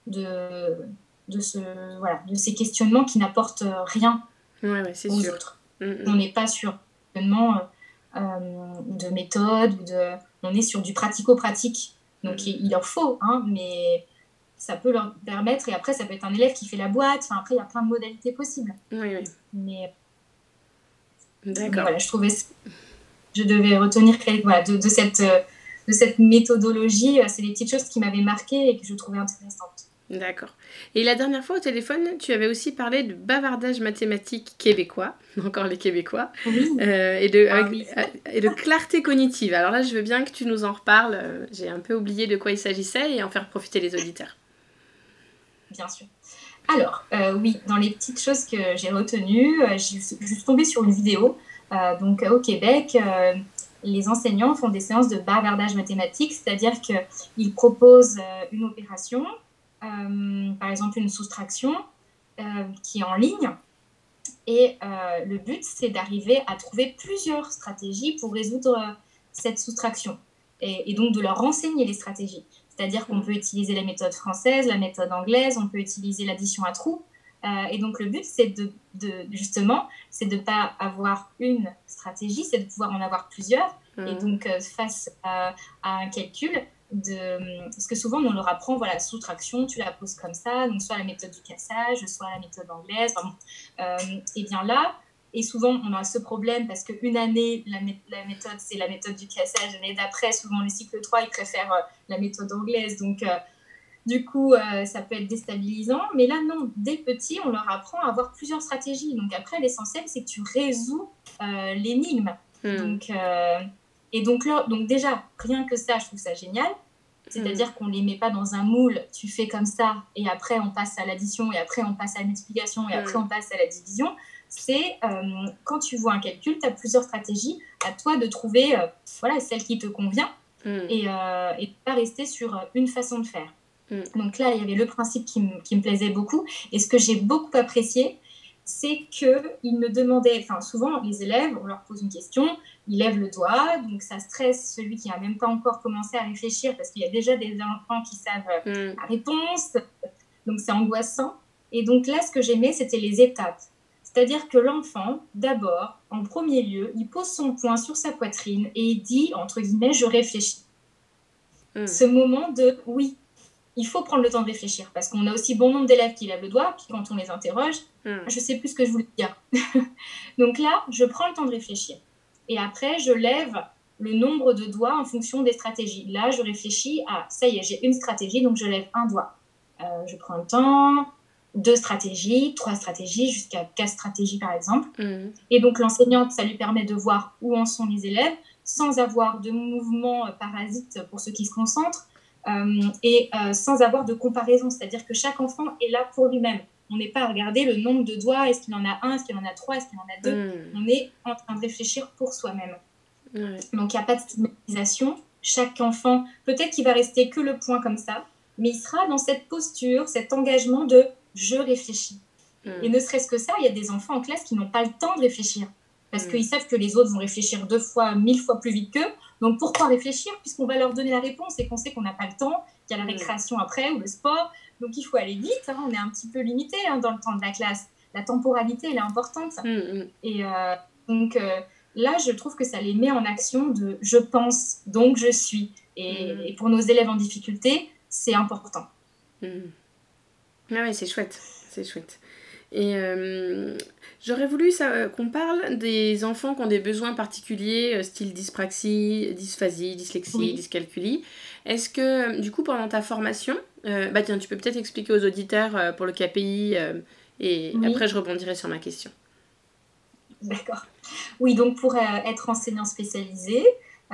de, de, ce, voilà, de ces questionnements qui n'apportent rien ouais, ouais, c'est aux sûr. autres. Mmh. On n'est pas sur Euh, de méthode ou de... on est sur du pratico-pratique donc mmh. il, il leur faut hein, mais ça peut leur permettre et après ça peut être un élève qui fait la boîte enfin, après il y a plein de modalités possibles oui, oui. mais, d'accord mais voilà je trouvais je devais retenir quelque... voilà, de, de, cette, de cette méthodologie c'est des petites choses qui m'avaient marquée et que je trouvais intéressantes. D'accord. Et la dernière fois au téléphone, tu avais aussi parlé de bavardage mathématique québécois, encore les Québécois, oui. euh, et, de, ah, avec, oui. et de clarté cognitive. Alors là, je veux bien que tu nous en reparles. J'ai un peu oublié de quoi il s'agissait et en faire profiter les auditeurs. Bien sûr. Alors, euh, oui, dans les petites choses que j'ai retenues, euh, je, je suis tombée sur une vidéo. Euh, donc, au Québec, euh, les enseignants font des séances de bavardage mathématique, c'est-à-dire qu'ils proposent euh, une opération, Euh, par exemple une soustraction euh, qui est en ligne et euh, le but c'est d'arriver à trouver plusieurs stratégies pour résoudre cette soustraction et, et donc de leur enseigner les stratégies. C'est-à-dire qu'on peut utiliser la méthode française, la méthode anglaise, on peut utiliser l'addition à trous. Euh, et donc, le but, c'est de, de justement, c'est de ne pas avoir une stratégie, c'est de pouvoir en avoir plusieurs. Mmh. Et donc, euh, face à, à un calcul, de, parce que souvent, on leur apprend, voilà, soustraction, tu la poses comme ça, donc soit la méthode du cassage, soit la méthode anglaise. Enfin, euh, et bien là, et souvent, on a ce problème parce qu'une année, la, mé- la méthode, c'est la méthode du cassage. L'année d'après, souvent, le cycle trois, ils préfèrent euh, la méthode anglaise. Donc, euh, du coup, euh, ça peut être déstabilisant. Mais là, non, dès petit, on leur apprend à avoir plusieurs stratégies. Donc, après, l'essentiel, c'est que tu résous euh, l'énigme. Mmh. Donc, euh, et donc, là, donc, déjà, rien que ça, je trouve ça génial. C'est-à-dire mmh. qu'on ne les met pas dans un moule, tu fais comme ça, et après, on passe à l'addition, et après, on passe à la multiplication, et mmh. après, on passe à la division. C'est euh, quand tu vois un calcul, tu as plusieurs stratégies, à toi de trouver euh, voilà, celle qui te convient mmh. et, euh, et de ne pas rester sur une façon de faire. Mmh. Donc là, il y avait le principe qui, m- qui me plaisait beaucoup. Et ce que j'ai beaucoup apprécié, c'est qu'ils me demandaient, enfin souvent les élèves, on leur pose une question, ils lèvent le doigt, donc ça stresse celui qui n'a même pas encore commencé à réfléchir parce qu'il y a déjà des enfants qui savent mmh. la réponse, donc c'est angoissant. Et donc là, ce que j'aimais, c'était les étapes. C'est-à-dire que l'enfant, d'abord, en premier lieu, il pose son poing sur sa poitrine et il dit, entre guillemets, je réfléchis. Mmh. Ce moment de oui, il faut prendre le temps de réfléchir parce qu'on a aussi bon nombre d'élèves qui lèvent le doigt, puis quand on les interroge, mmh. je sais plus ce que je voulais dire. Donc là, je prends le temps de réfléchir. Et après, je lève le nombre de doigts en fonction des stratégies. Là, je réfléchis à, ça y est, j'ai une stratégie, donc je lève un doigt. Euh, je prends le temps, deux stratégies, trois stratégies, jusqu'à quatre stratégies par exemple. Mmh. Et donc l'enseignante, ça lui permet de voir où en sont les élèves sans avoir de mouvement parasite pour ceux qui se concentrent euh, et euh, sans avoir de comparaison. C'est-à-dire que chaque enfant est là pour lui-même. On n'est pas à regarder le nombre de doigts, est-ce qu'il en a un, est-ce qu'il en a trois, est-ce qu'il en a deux. Mmh. On est en train de réfléchir pour soi-même. Mmh. Donc il n'y a pas de stigmatisation. Chaque enfant, peut-être qu'il va rester que le point comme ça, mais il sera dans cette posture, cet engagement de « je réfléchis ». Mmh. Et ne serait-ce que ça, il y a des enfants en classe qui n'ont pas le temps de réfléchir parce mmh. qu'ils savent que les autres vont réfléchir deux fois, mille fois plus vite qu'eux. Donc pourquoi réfléchir puisqu'on va leur donner la réponse et qu'on sait qu'on n'a pas le temps, qu'il y a la mmh. récréation après ou le sport. Donc il faut aller vite, hein, on est un petit peu limité hein, dans le temps de la classe. La temporalité, elle est importante. Mmh. Et euh, donc euh, là, je trouve que ça les met en action de « je pense, donc je suis ». Et, mmh. et pour nos élèves en difficulté, c'est important. Mmh. Ah oui, c'est chouette, c'est chouette. Et euh, j'aurais voulu ça, qu'on parle des enfants qui ont des besoins particuliers, style dyspraxie, dysphasie, dyslexie, oui. dyscalculie. Est-ce que, du coup, pendant ta formation, euh, bah tiens, tu peux peut-être expliquer aux auditeurs euh, pour le K P I euh, et oui. après je rebondirai sur ma question. D'accord. Oui, donc pour euh, être enseignant spécialisé, euh,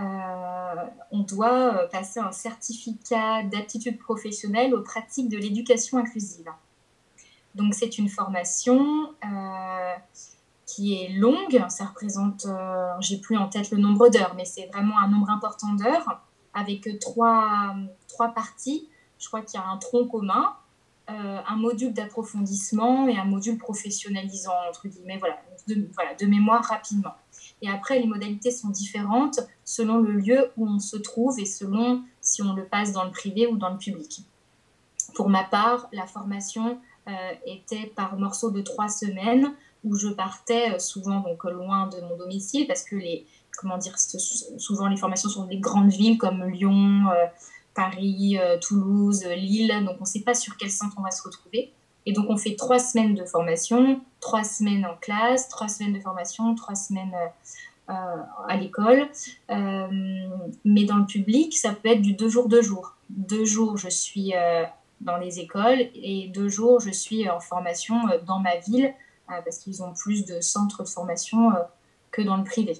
on doit passer un certificat d'aptitude professionnelle aux pratiques de l'éducation inclusive. Donc, c'est une formation euh, qui est longue. Ça représente, euh, j'ai plus en tête le nombre d'heures, mais c'est vraiment un nombre important d'heures avec trois, trois parties. Je crois qu'il y a un tronc commun, euh, un module d'approfondissement et un module professionnalisant, entre guillemets, voilà de, voilà, de mémoire rapidement. Et après, les modalités sont différentes selon le lieu où on se trouve et selon si on le passe dans le privé ou dans le public. Pour ma part, la formation Euh, était par morceaux de trois semaines où je partais souvent donc loin de mon domicile parce que les comment dire souvent les formations sont dans des grandes villes comme Lyon, euh, Paris, euh, Toulouse, Lille, donc on ne sait pas sur quel centre on va se retrouver et donc on fait trois semaines de formation, trois semaines en classe, trois semaines de formation, trois semaines euh, à l'école, euh, mais dans le public ça peut être du deux jours deux jours. Deux jours je suis euh, dans les écoles et deux jours je suis en formation dans ma ville euh, parce qu'ils ont plus de centres de formation euh, que dans le privé.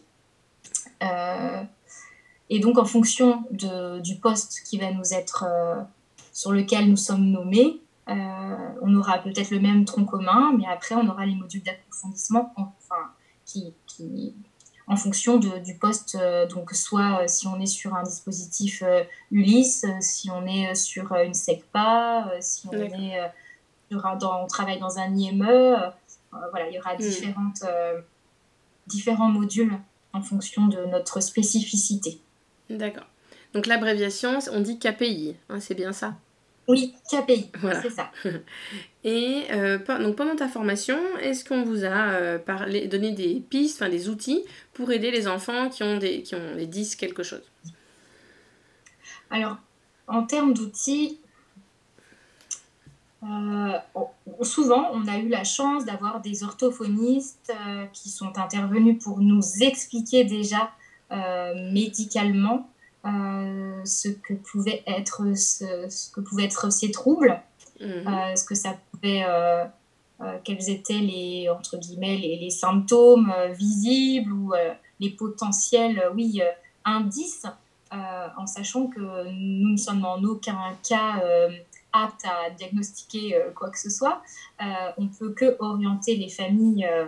Euh, et donc en fonction de, du poste qui va nous être euh, sur lequel nous sommes nommés, euh, on aura peut-être le même tronc commun, mais après on aura les modules d'approfondissement enfin, qui, qui en fonction de, du poste, euh, donc soit euh, si on est sur un dispositif euh, Ulysse, euh, si on est sur euh, une SECPA, euh, si on D'accord. est euh, sur un, dans, on travaille dans un I M E, euh, voilà, il y aura mmh. différentes, euh, différents modules en fonction de notre spécificité. D'accord. Donc l'abréviation, on dit K P I, hein, c'est bien ça? Oui, K P I, Voilà. c'est ça. Et euh, donc pendant ta formation, est-ce qu'on vous a euh, parlé, donné des pistes, enfin des outils pour aider les enfants qui ont des, qui ont des dys quelque chose? Alors, en termes d'outils, euh, on- souvent, on a eu la chance d'avoir des orthophonistes euh, qui sont intervenus pour nous expliquer déjà euh, médicalement euh, ce que pouvaient être, ce, ce que pouvaient être ces troubles, Mmh. euh, ce que ça pouvait, euh, euh, quels étaient les, entre guillemets, les, les symptômes euh, visibles ou euh, les potentiels, euh, oui, euh, indices, euh, en sachant que nous ne sommes en aucun cas euh, aptes à diagnostiquer euh, quoi que ce soit. Euh, on ne peut que orienter les familles euh,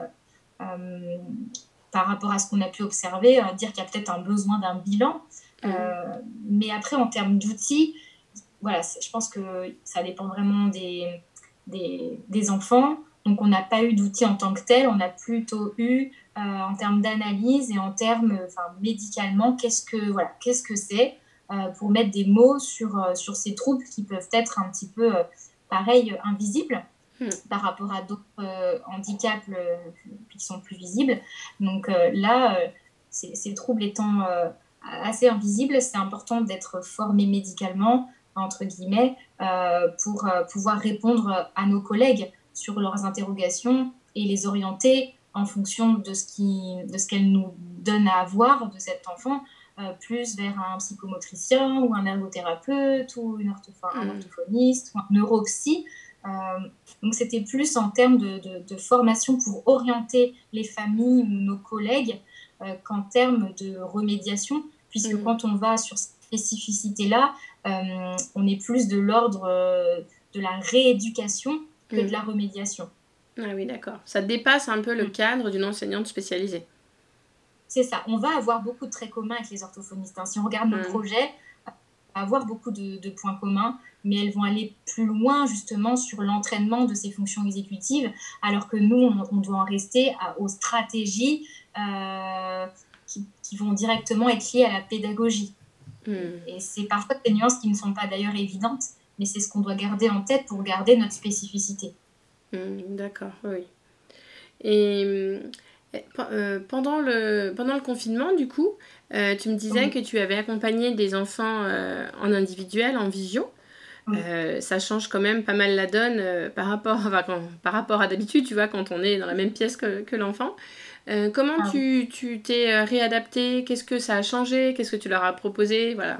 euh, par rapport à ce qu'on a pu observer, euh, dire qu'il y a peut-être un besoin d'un bilan. Mmh. Euh, mais après, en termes d'outils, voilà, je pense que ça dépend vraiment des, des, des enfants. Donc, on n'a pas eu d'outils en tant que tel, on a plutôt eu euh, en termes d'analyse et en termes, enfin, médicalement, qu'est-ce que, voilà, qu'est-ce que c'est euh, pour mettre des mots sur, euh, sur ces troubles qui peuvent être un petit peu, euh, pareil, invisibles Mmh. par rapport à d'autres euh, handicaps euh, qui sont plus visibles. Donc euh, là, euh, ces, ces troubles étant euh, assez invisibles, c'est important d'être formé médicalement, entre guillemets, euh, pour euh, pouvoir répondre à nos collègues sur leurs interrogations et les orienter en fonction de ce, qui, de ce qu'elles nous donnent à avoir de cet enfant, euh, plus vers un psychomotricien ou un ergothérapeute ou une orthoph- un orthophoniste ou un neuropsy. Euh, donc, c'était plus en termes de, de, de formation pour orienter les familles ou nos collègues euh, qu'en termes de remédiation, puisque mmh. quand on va sur cette spécificité-là, euh, on est plus de l'ordre euh, de la rééducation que mmh. de la remédiation. Ah oui, d'accord. Ça dépasse un peu le mmh. cadre d'une enseignante spécialisée. C'est ça. On va avoir beaucoup de traits communs avec les orthophonistes. Hein. Si on regarde nos mmh. projets, on va avoir beaucoup de, de points communs, mais elles vont aller plus loin justement sur l'entraînement de ces fonctions exécutives, alors que nous, on, on doit en rester à, aux stratégies euh, qui, qui vont directement être liées à la pédagogie. Mmh. Et c'est parfois des nuances qui ne sont pas d'ailleurs évidentes, mais c'est ce qu'on doit garder en tête pour garder notre spécificité. Mmh, d'accord, oui. Et euh, pendant, le, pendant le confinement, du coup, euh, tu me disais oui. que tu avais accompagné des enfants euh, en individuel, en visio. Oui. Euh, ça change quand même pas mal la donne euh, par, rapport, enfin, quand, par rapport à d'habitude, tu vois, quand on est dans la même pièce que, que l'enfant. Euh, comment ah, tu, oui. tu t'es réadapté? Qu'est-ce que ça a changé? Qu'est-ce que tu leur as proposé? Voilà.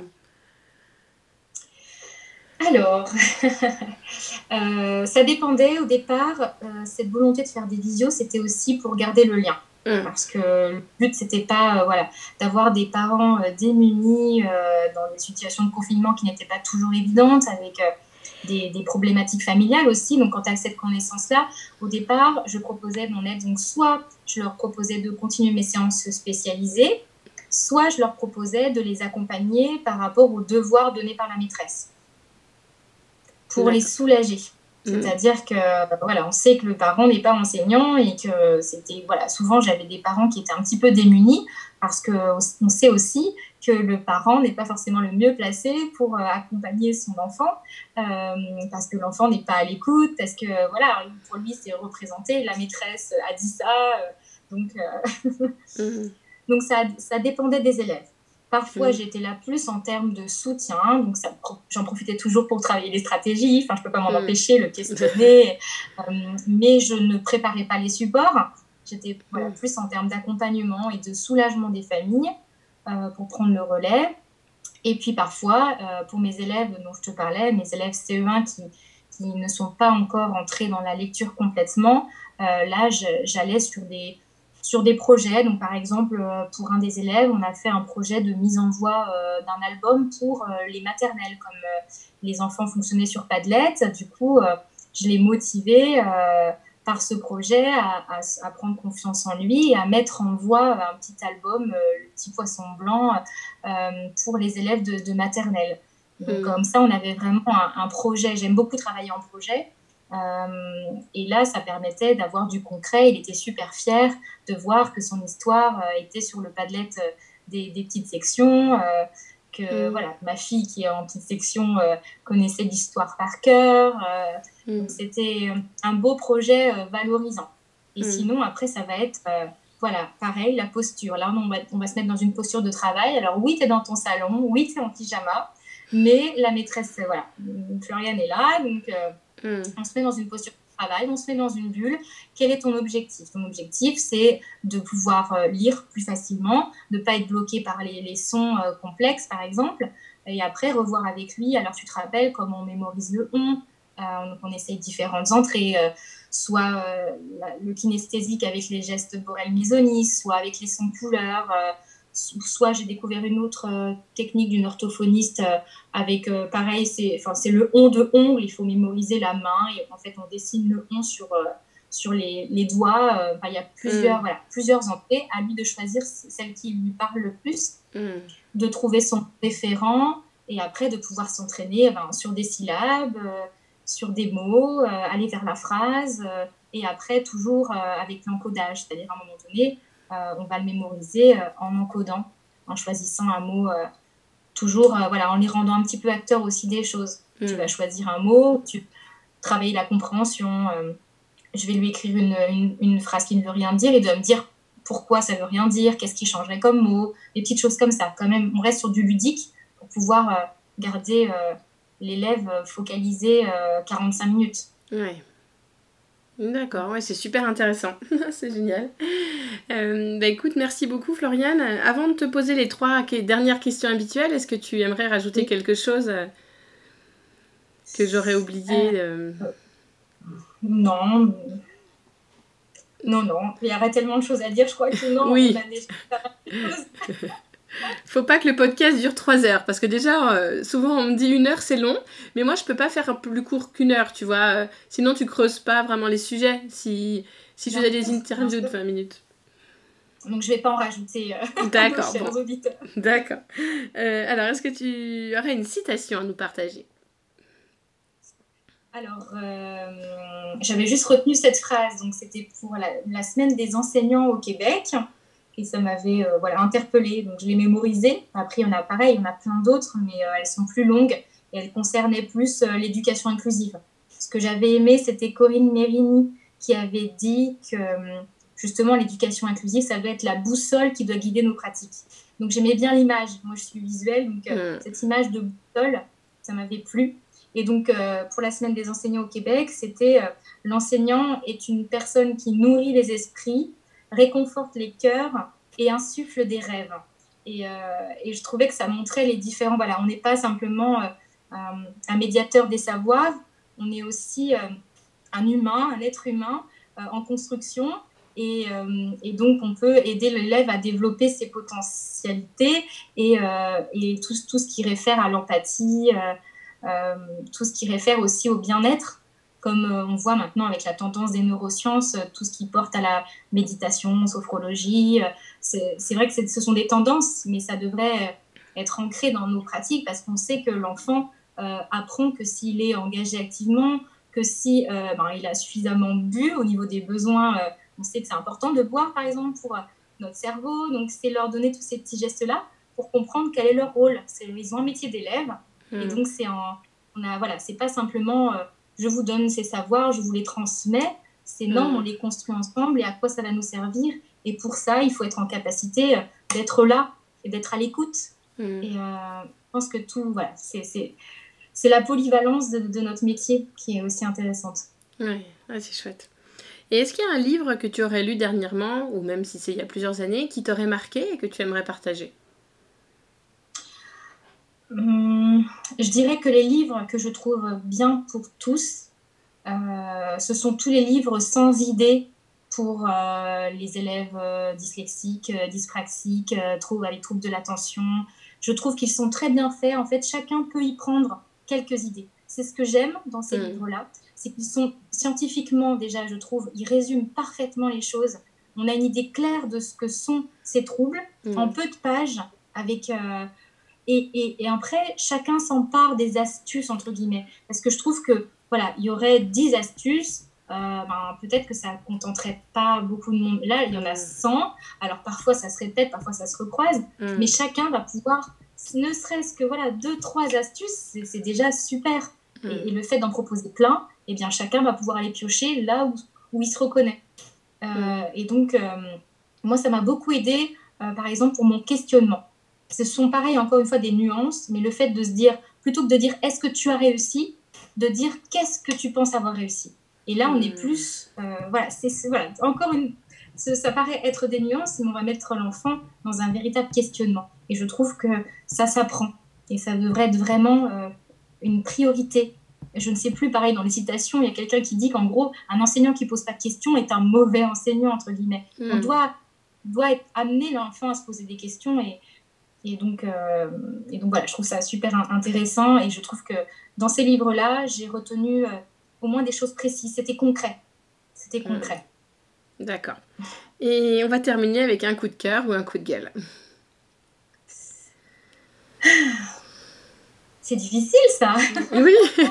Alors, euh, ça dépendait au départ. Euh, cette volonté de faire des visios, c'était aussi pour garder le lien. Mmh. Parce que le but, c'était pas euh, voilà, d'avoir des parents euh, démunis euh, dans des situations de confinement qui n'étaient pas toujours évidentes, avec euh, des, des problématiques familiales aussi. Donc, quand tu as cette connaissance-là, au départ, je proposais mon aide. Donc, soit je leur proposais de continuer mes séances spécialisées, soit je leur proposais de les accompagner par rapport aux devoirs donnés par la maîtresse, pour les soulager. C'est-à-dire que voilà, on sait que le parent n'est pas enseignant et que c'était voilà, souvent j'avais des parents qui étaient un petit peu démunis parce que on sait aussi que le parent n'est pas forcément le mieux placé pour euh, accompagner son enfant euh, parce que l'enfant n'est pas à l'écoute, parce que voilà, pour lui c'est représenté, la maîtresse a dit ça, euh, donc euh, mmh. donc ça ça dépendait des élèves. Parfois, mmh. j'étais là plus en termes de soutien, donc ça, j'en profitais toujours pour travailler les stratégies, enfin, je ne peux pas m'en mmh. empêcher, le questionner, euh, mais je ne préparais pas les supports. J'étais voilà, mmh. plus en termes d'accompagnement et de soulagement des familles euh, pour prendre le relais. Et puis parfois, euh, pour mes élèves dont je te parlais, mes élèves C E un qui, qui ne sont pas encore entrés dans la lecture complètement, euh, là, je, j'allais sur des... sur des projets. Donc, par exemple, pour un des élèves, on a fait un projet de mise en voix euh, d'un album pour euh, les maternelles. Comme euh, les enfants fonctionnaient sur Padlet, du coup, euh, je l'ai motivé euh, par ce projet à, à, à prendre confiance en lui et à mettre en voix un petit album, euh, Le Petit Poisson Blanc, euh, pour les élèves de, de maternelle. Donc, mmh. comme ça, on avait vraiment un, un projet. J'aime beaucoup travailler en projet. Euh, et là, ça permettait d'avoir du concret. Il était super fier de voir que son histoire euh, était sur le Padlet des, des petites sections, euh, que mmh. voilà, ma fille qui est en petite section euh, connaissait l'histoire par cœur. Euh, mmh. Donc c'était un beau projet euh, valorisant. Et mmh. sinon, après, ça va être, euh, voilà, pareil, la posture. Là, on va, on va se mettre dans une posture de travail. Alors oui, tu es dans ton salon, oui, tu es en pyjama, mais la maîtresse, voilà, Floriane est là, donc euh, mmh. on se met dans une posture de travail, on se met dans une bulle. Quel est ton objectif? Ton objectif, c'est de pouvoir euh, lire plus facilement, de ne pas être bloqué par les, les sons euh, complexes, par exemple, et après revoir avec lui. Alors tu te rappelles comment on mémorise le on, euh, donc on essaye différentes entrées, euh, soit euh, la, le kinesthésique avec les gestes Borel-Misoni, soit avec les sons couleurs, euh, soit j'ai découvert une autre euh, technique d'une orthophoniste euh, avec, euh, pareil, c'est, c'est le on de ongle, il faut mémoriser la main, et en fait on dessine le on sur, euh, sur les, les doigts, euh, il y a plusieurs, mmh. voilà, plusieurs entrées, à lui de choisir celle qui lui parle le plus, mmh. de trouver son référent, et après de pouvoir s'entraîner ben, sur des syllabes, euh, sur des mots, euh, aller vers la phrase, euh, et après toujours euh, avec l'encodage, c'est-à-dire à un moment donné, euh, on va le mémoriser euh, en encodant, en choisissant un mot, euh, toujours euh, voilà, en les rendant un petit peu acteurs aussi des choses. Mmh. Tu vas choisir un mot, tu travailles la compréhension, euh, je vais lui écrire une, une, une phrase qui ne veut rien dire, et il doit me dire pourquoi ça ne veut rien dire, qu'est-ce qui changerait comme mot, des petites choses comme ça. Quand même, on reste sur du ludique pour pouvoir euh, garder euh, l'élève focalisé euh, quarante-cinq minutes. Ouais. D'accord, ouais, c'est super intéressant. C'est génial. Euh, bah écoute, merci beaucoup Floriane. Avant de te poser les trois dernières questions habituelles, est-ce que tu aimerais rajouter oui. quelque chose que j'aurais oublié euh... Euh, Non. Non, non. Il y aurait tellement de choses à dire, je crois que non. Oui. On a déjà... Faut pas que le podcast dure trois heures, parce que déjà, euh, souvent on me dit une heure c'est long, mais moi je peux pas faire plus court qu'une heure, tu vois, euh, sinon tu creuses pas vraiment les sujets, si, si je faisais des interviews de vingt minutes. Donc je vais pas en rajouter euh, D'accord, à nos bon. auditeurs. D'accord. Euh, alors, est-ce que tu aurais une citation à nous partager? Alors, euh, j'avais juste retenu cette phrase, donc c'était pour la, la semaine des enseignants au Québec, et ça m'avait euh, voilà, interpellée, donc je l'ai mémorisée. Après, il y en a pareil, il y en a plein d'autres, mais euh, elles sont plus longues, et elles concernaient plus euh, l'éducation inclusive. Ce que j'avais aimé, c'était Corinne Mérini, qui avait dit que justement l'éducation inclusive, ça doit être la boussole qui doit guider nos pratiques. Donc j'aimais bien l'image, moi je suis visuelle, donc euh, mmh. cette image de boussole, ça m'avait plu. Et donc, euh, pour la semaine des enseignants au Québec, c'était euh, l'enseignant est une personne qui nourrit les esprits, réconforte les cœurs et insuffle des rêves. Et, euh, et je trouvais que ça montrait les différents... Voilà, on n'est pas simplement euh, un, un médiateur des savoirs, on est aussi euh, un humain, un être humain euh, en construction. Et, euh, et donc, on peut aider l'élève à développer ses potentialités et, euh, et tout, tout ce qui réfère à l'empathie, euh, Euh, tout ce qui réfère aussi au bien-être, comme euh, on voit maintenant avec la tendance des neurosciences, euh, tout ce qui porte à la méditation, sophrologie. Euh, c'est, c'est vrai que c'est, ce sont des tendances, mais ça devrait être ancré dans nos pratiques parce qu'on sait que l'enfant euh, apprend que s'il est engagé activement, que si euh, ben, il a suffisamment bu au niveau des besoins. Euh, on sait que c'est important de boire, par exemple, pour euh, notre cerveau. Donc, c'est leur donner tous ces petits gestes-là pour comprendre quel est leur rôle. C'est, ils ont un métier d'élève. Et donc, c'est, un, on a, voilà, c'est pas simplement euh, je vous donne ces savoirs, je vous les transmets. C'est non, mmh. on les construit ensemble et à quoi ça va nous servir. Et pour ça, il faut être en capacité euh, d'être là et d'être à l'écoute. Mmh. Et euh, je pense que tout, voilà, c'est, c'est, c'est la polyvalence de, de notre métier qui est aussi intéressante. Oui, ouais, c'est chouette. Et est-ce qu'il y a un livre que tu aurais lu dernièrement, ou même si c'est il y a plusieurs années, qui t'aurait marqué et que tu aimerais partager ? Hum, je dirais que les livres que je trouve bien pour tous, euh, ce sont tous les livres sans idée pour euh, les élèves euh, dyslexiques, euh, dyspraxiques, euh, trou- avec troubles de l'attention. Je trouve qu'ils sont très bien faits. En fait, chacun peut y prendre quelques idées. C'est ce que j'aime dans ces mmh. livres-là. C'est qu'ils sont scientifiquement, déjà, je trouve, ils résument parfaitement les choses. On a une idée claire de ce que sont ces troubles mmh. en peu de pages avec... Euh, Et, et, et après, chacun s'empare des astuces, entre guillemets. Parce que je trouve que, voilà, il y aurait dix astuces, euh, ben, peut-être que ça ne contenterait pas beaucoup de monde. Là, il y en a cent, alors parfois ça se répète, parfois ça se recroise, mmh. mais chacun va pouvoir, ne serait-ce que voilà, deux, trois astuces, c'est, c'est déjà super. Mmh. Et, et le fait d'en proposer plein, eh bien, chacun va pouvoir aller piocher là où, où il se reconnaît. Euh, mmh. Et donc, euh, moi, ça m'a beaucoup aidé, euh, par exemple, pour mon questionnement. Ce sont pareil, encore une fois, des nuances, mais le fait de se dire, plutôt que de dire « est-ce que tu as réussi ?», de dire « qu'est-ce que tu penses avoir réussi ?» Et là, on est plus... Euh, voilà, c'est, c'est, voilà, encore une... Ça, ça paraît être des nuances, mais on va mettre l'enfant dans un véritable questionnement. Et je trouve que ça s'apprend. Et ça devrait être vraiment euh, une priorité. Je ne sais plus, pareil, dans les citations, il y a quelqu'un qui dit qu'en gros, un enseignant qui ne pose pas de questions est un mauvais enseignant, entre guillemets. Mm. On doit, doit être, amener l'enfant à se poser des questions. Et, et, donc, euh, et donc, voilà, je trouve ça super intéressant. Et je trouve que dans ces livres-là, j'ai retenu... Euh, au moins des choses précises, c'était concret. C'était concret. Mmh. D'accord. Et on va terminer avec un coup de cœur ou un coup de gueule. C'est difficile, ça. Oui.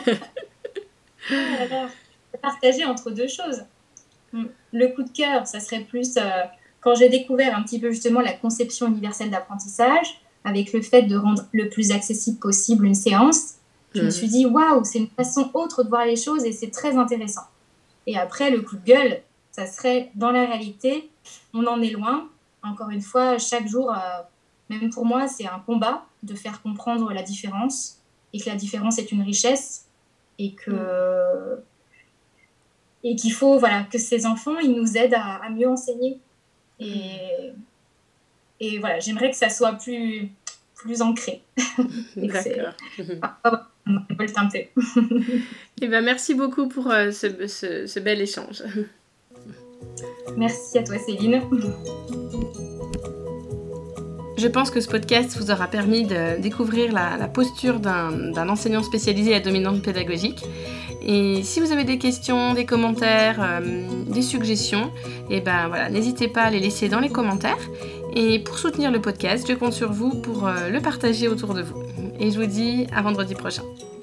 Alors, partager entre deux choses. Le coup de cœur, ça serait plus euh, quand j'ai découvert un petit peu justement la conception universelle d'apprentissage, avec le fait de rendre le plus accessible possible une séance. Je mmh. me suis dit, waouh, c'est une façon autre de voir les choses et c'est très intéressant. Et après, le coup de gueule, ça serait, dans la réalité, on en est loin. Encore une fois, chaque jour, euh, même pour moi, c'est un combat de faire comprendre la différence et que la différence est une richesse et, que, mmh. et qu'il faut voilà, que ces enfants, ils nous aident à, à mieux enseigner. Et, mmh. et voilà, j'aimerais que ça soit plus, plus ancré. D'accord. Ah, on peut le tenter. Eh ben, merci beaucoup pour euh, ce, ce, ce bel échange. Merci à toi, Céline. Je pense que ce podcast vous aura permis de découvrir la, la posture d'un, d'un enseignant spécialisé à dominante pédagogique. Et si vous avez des questions, des commentaires, euh, des suggestions, eh ben, voilà, n'hésitez pas à les laisser dans les commentaires. Et pour soutenir le podcast, je compte sur vous pour euh, le partager autour de vous. Et je vous dis à vendredi prochain.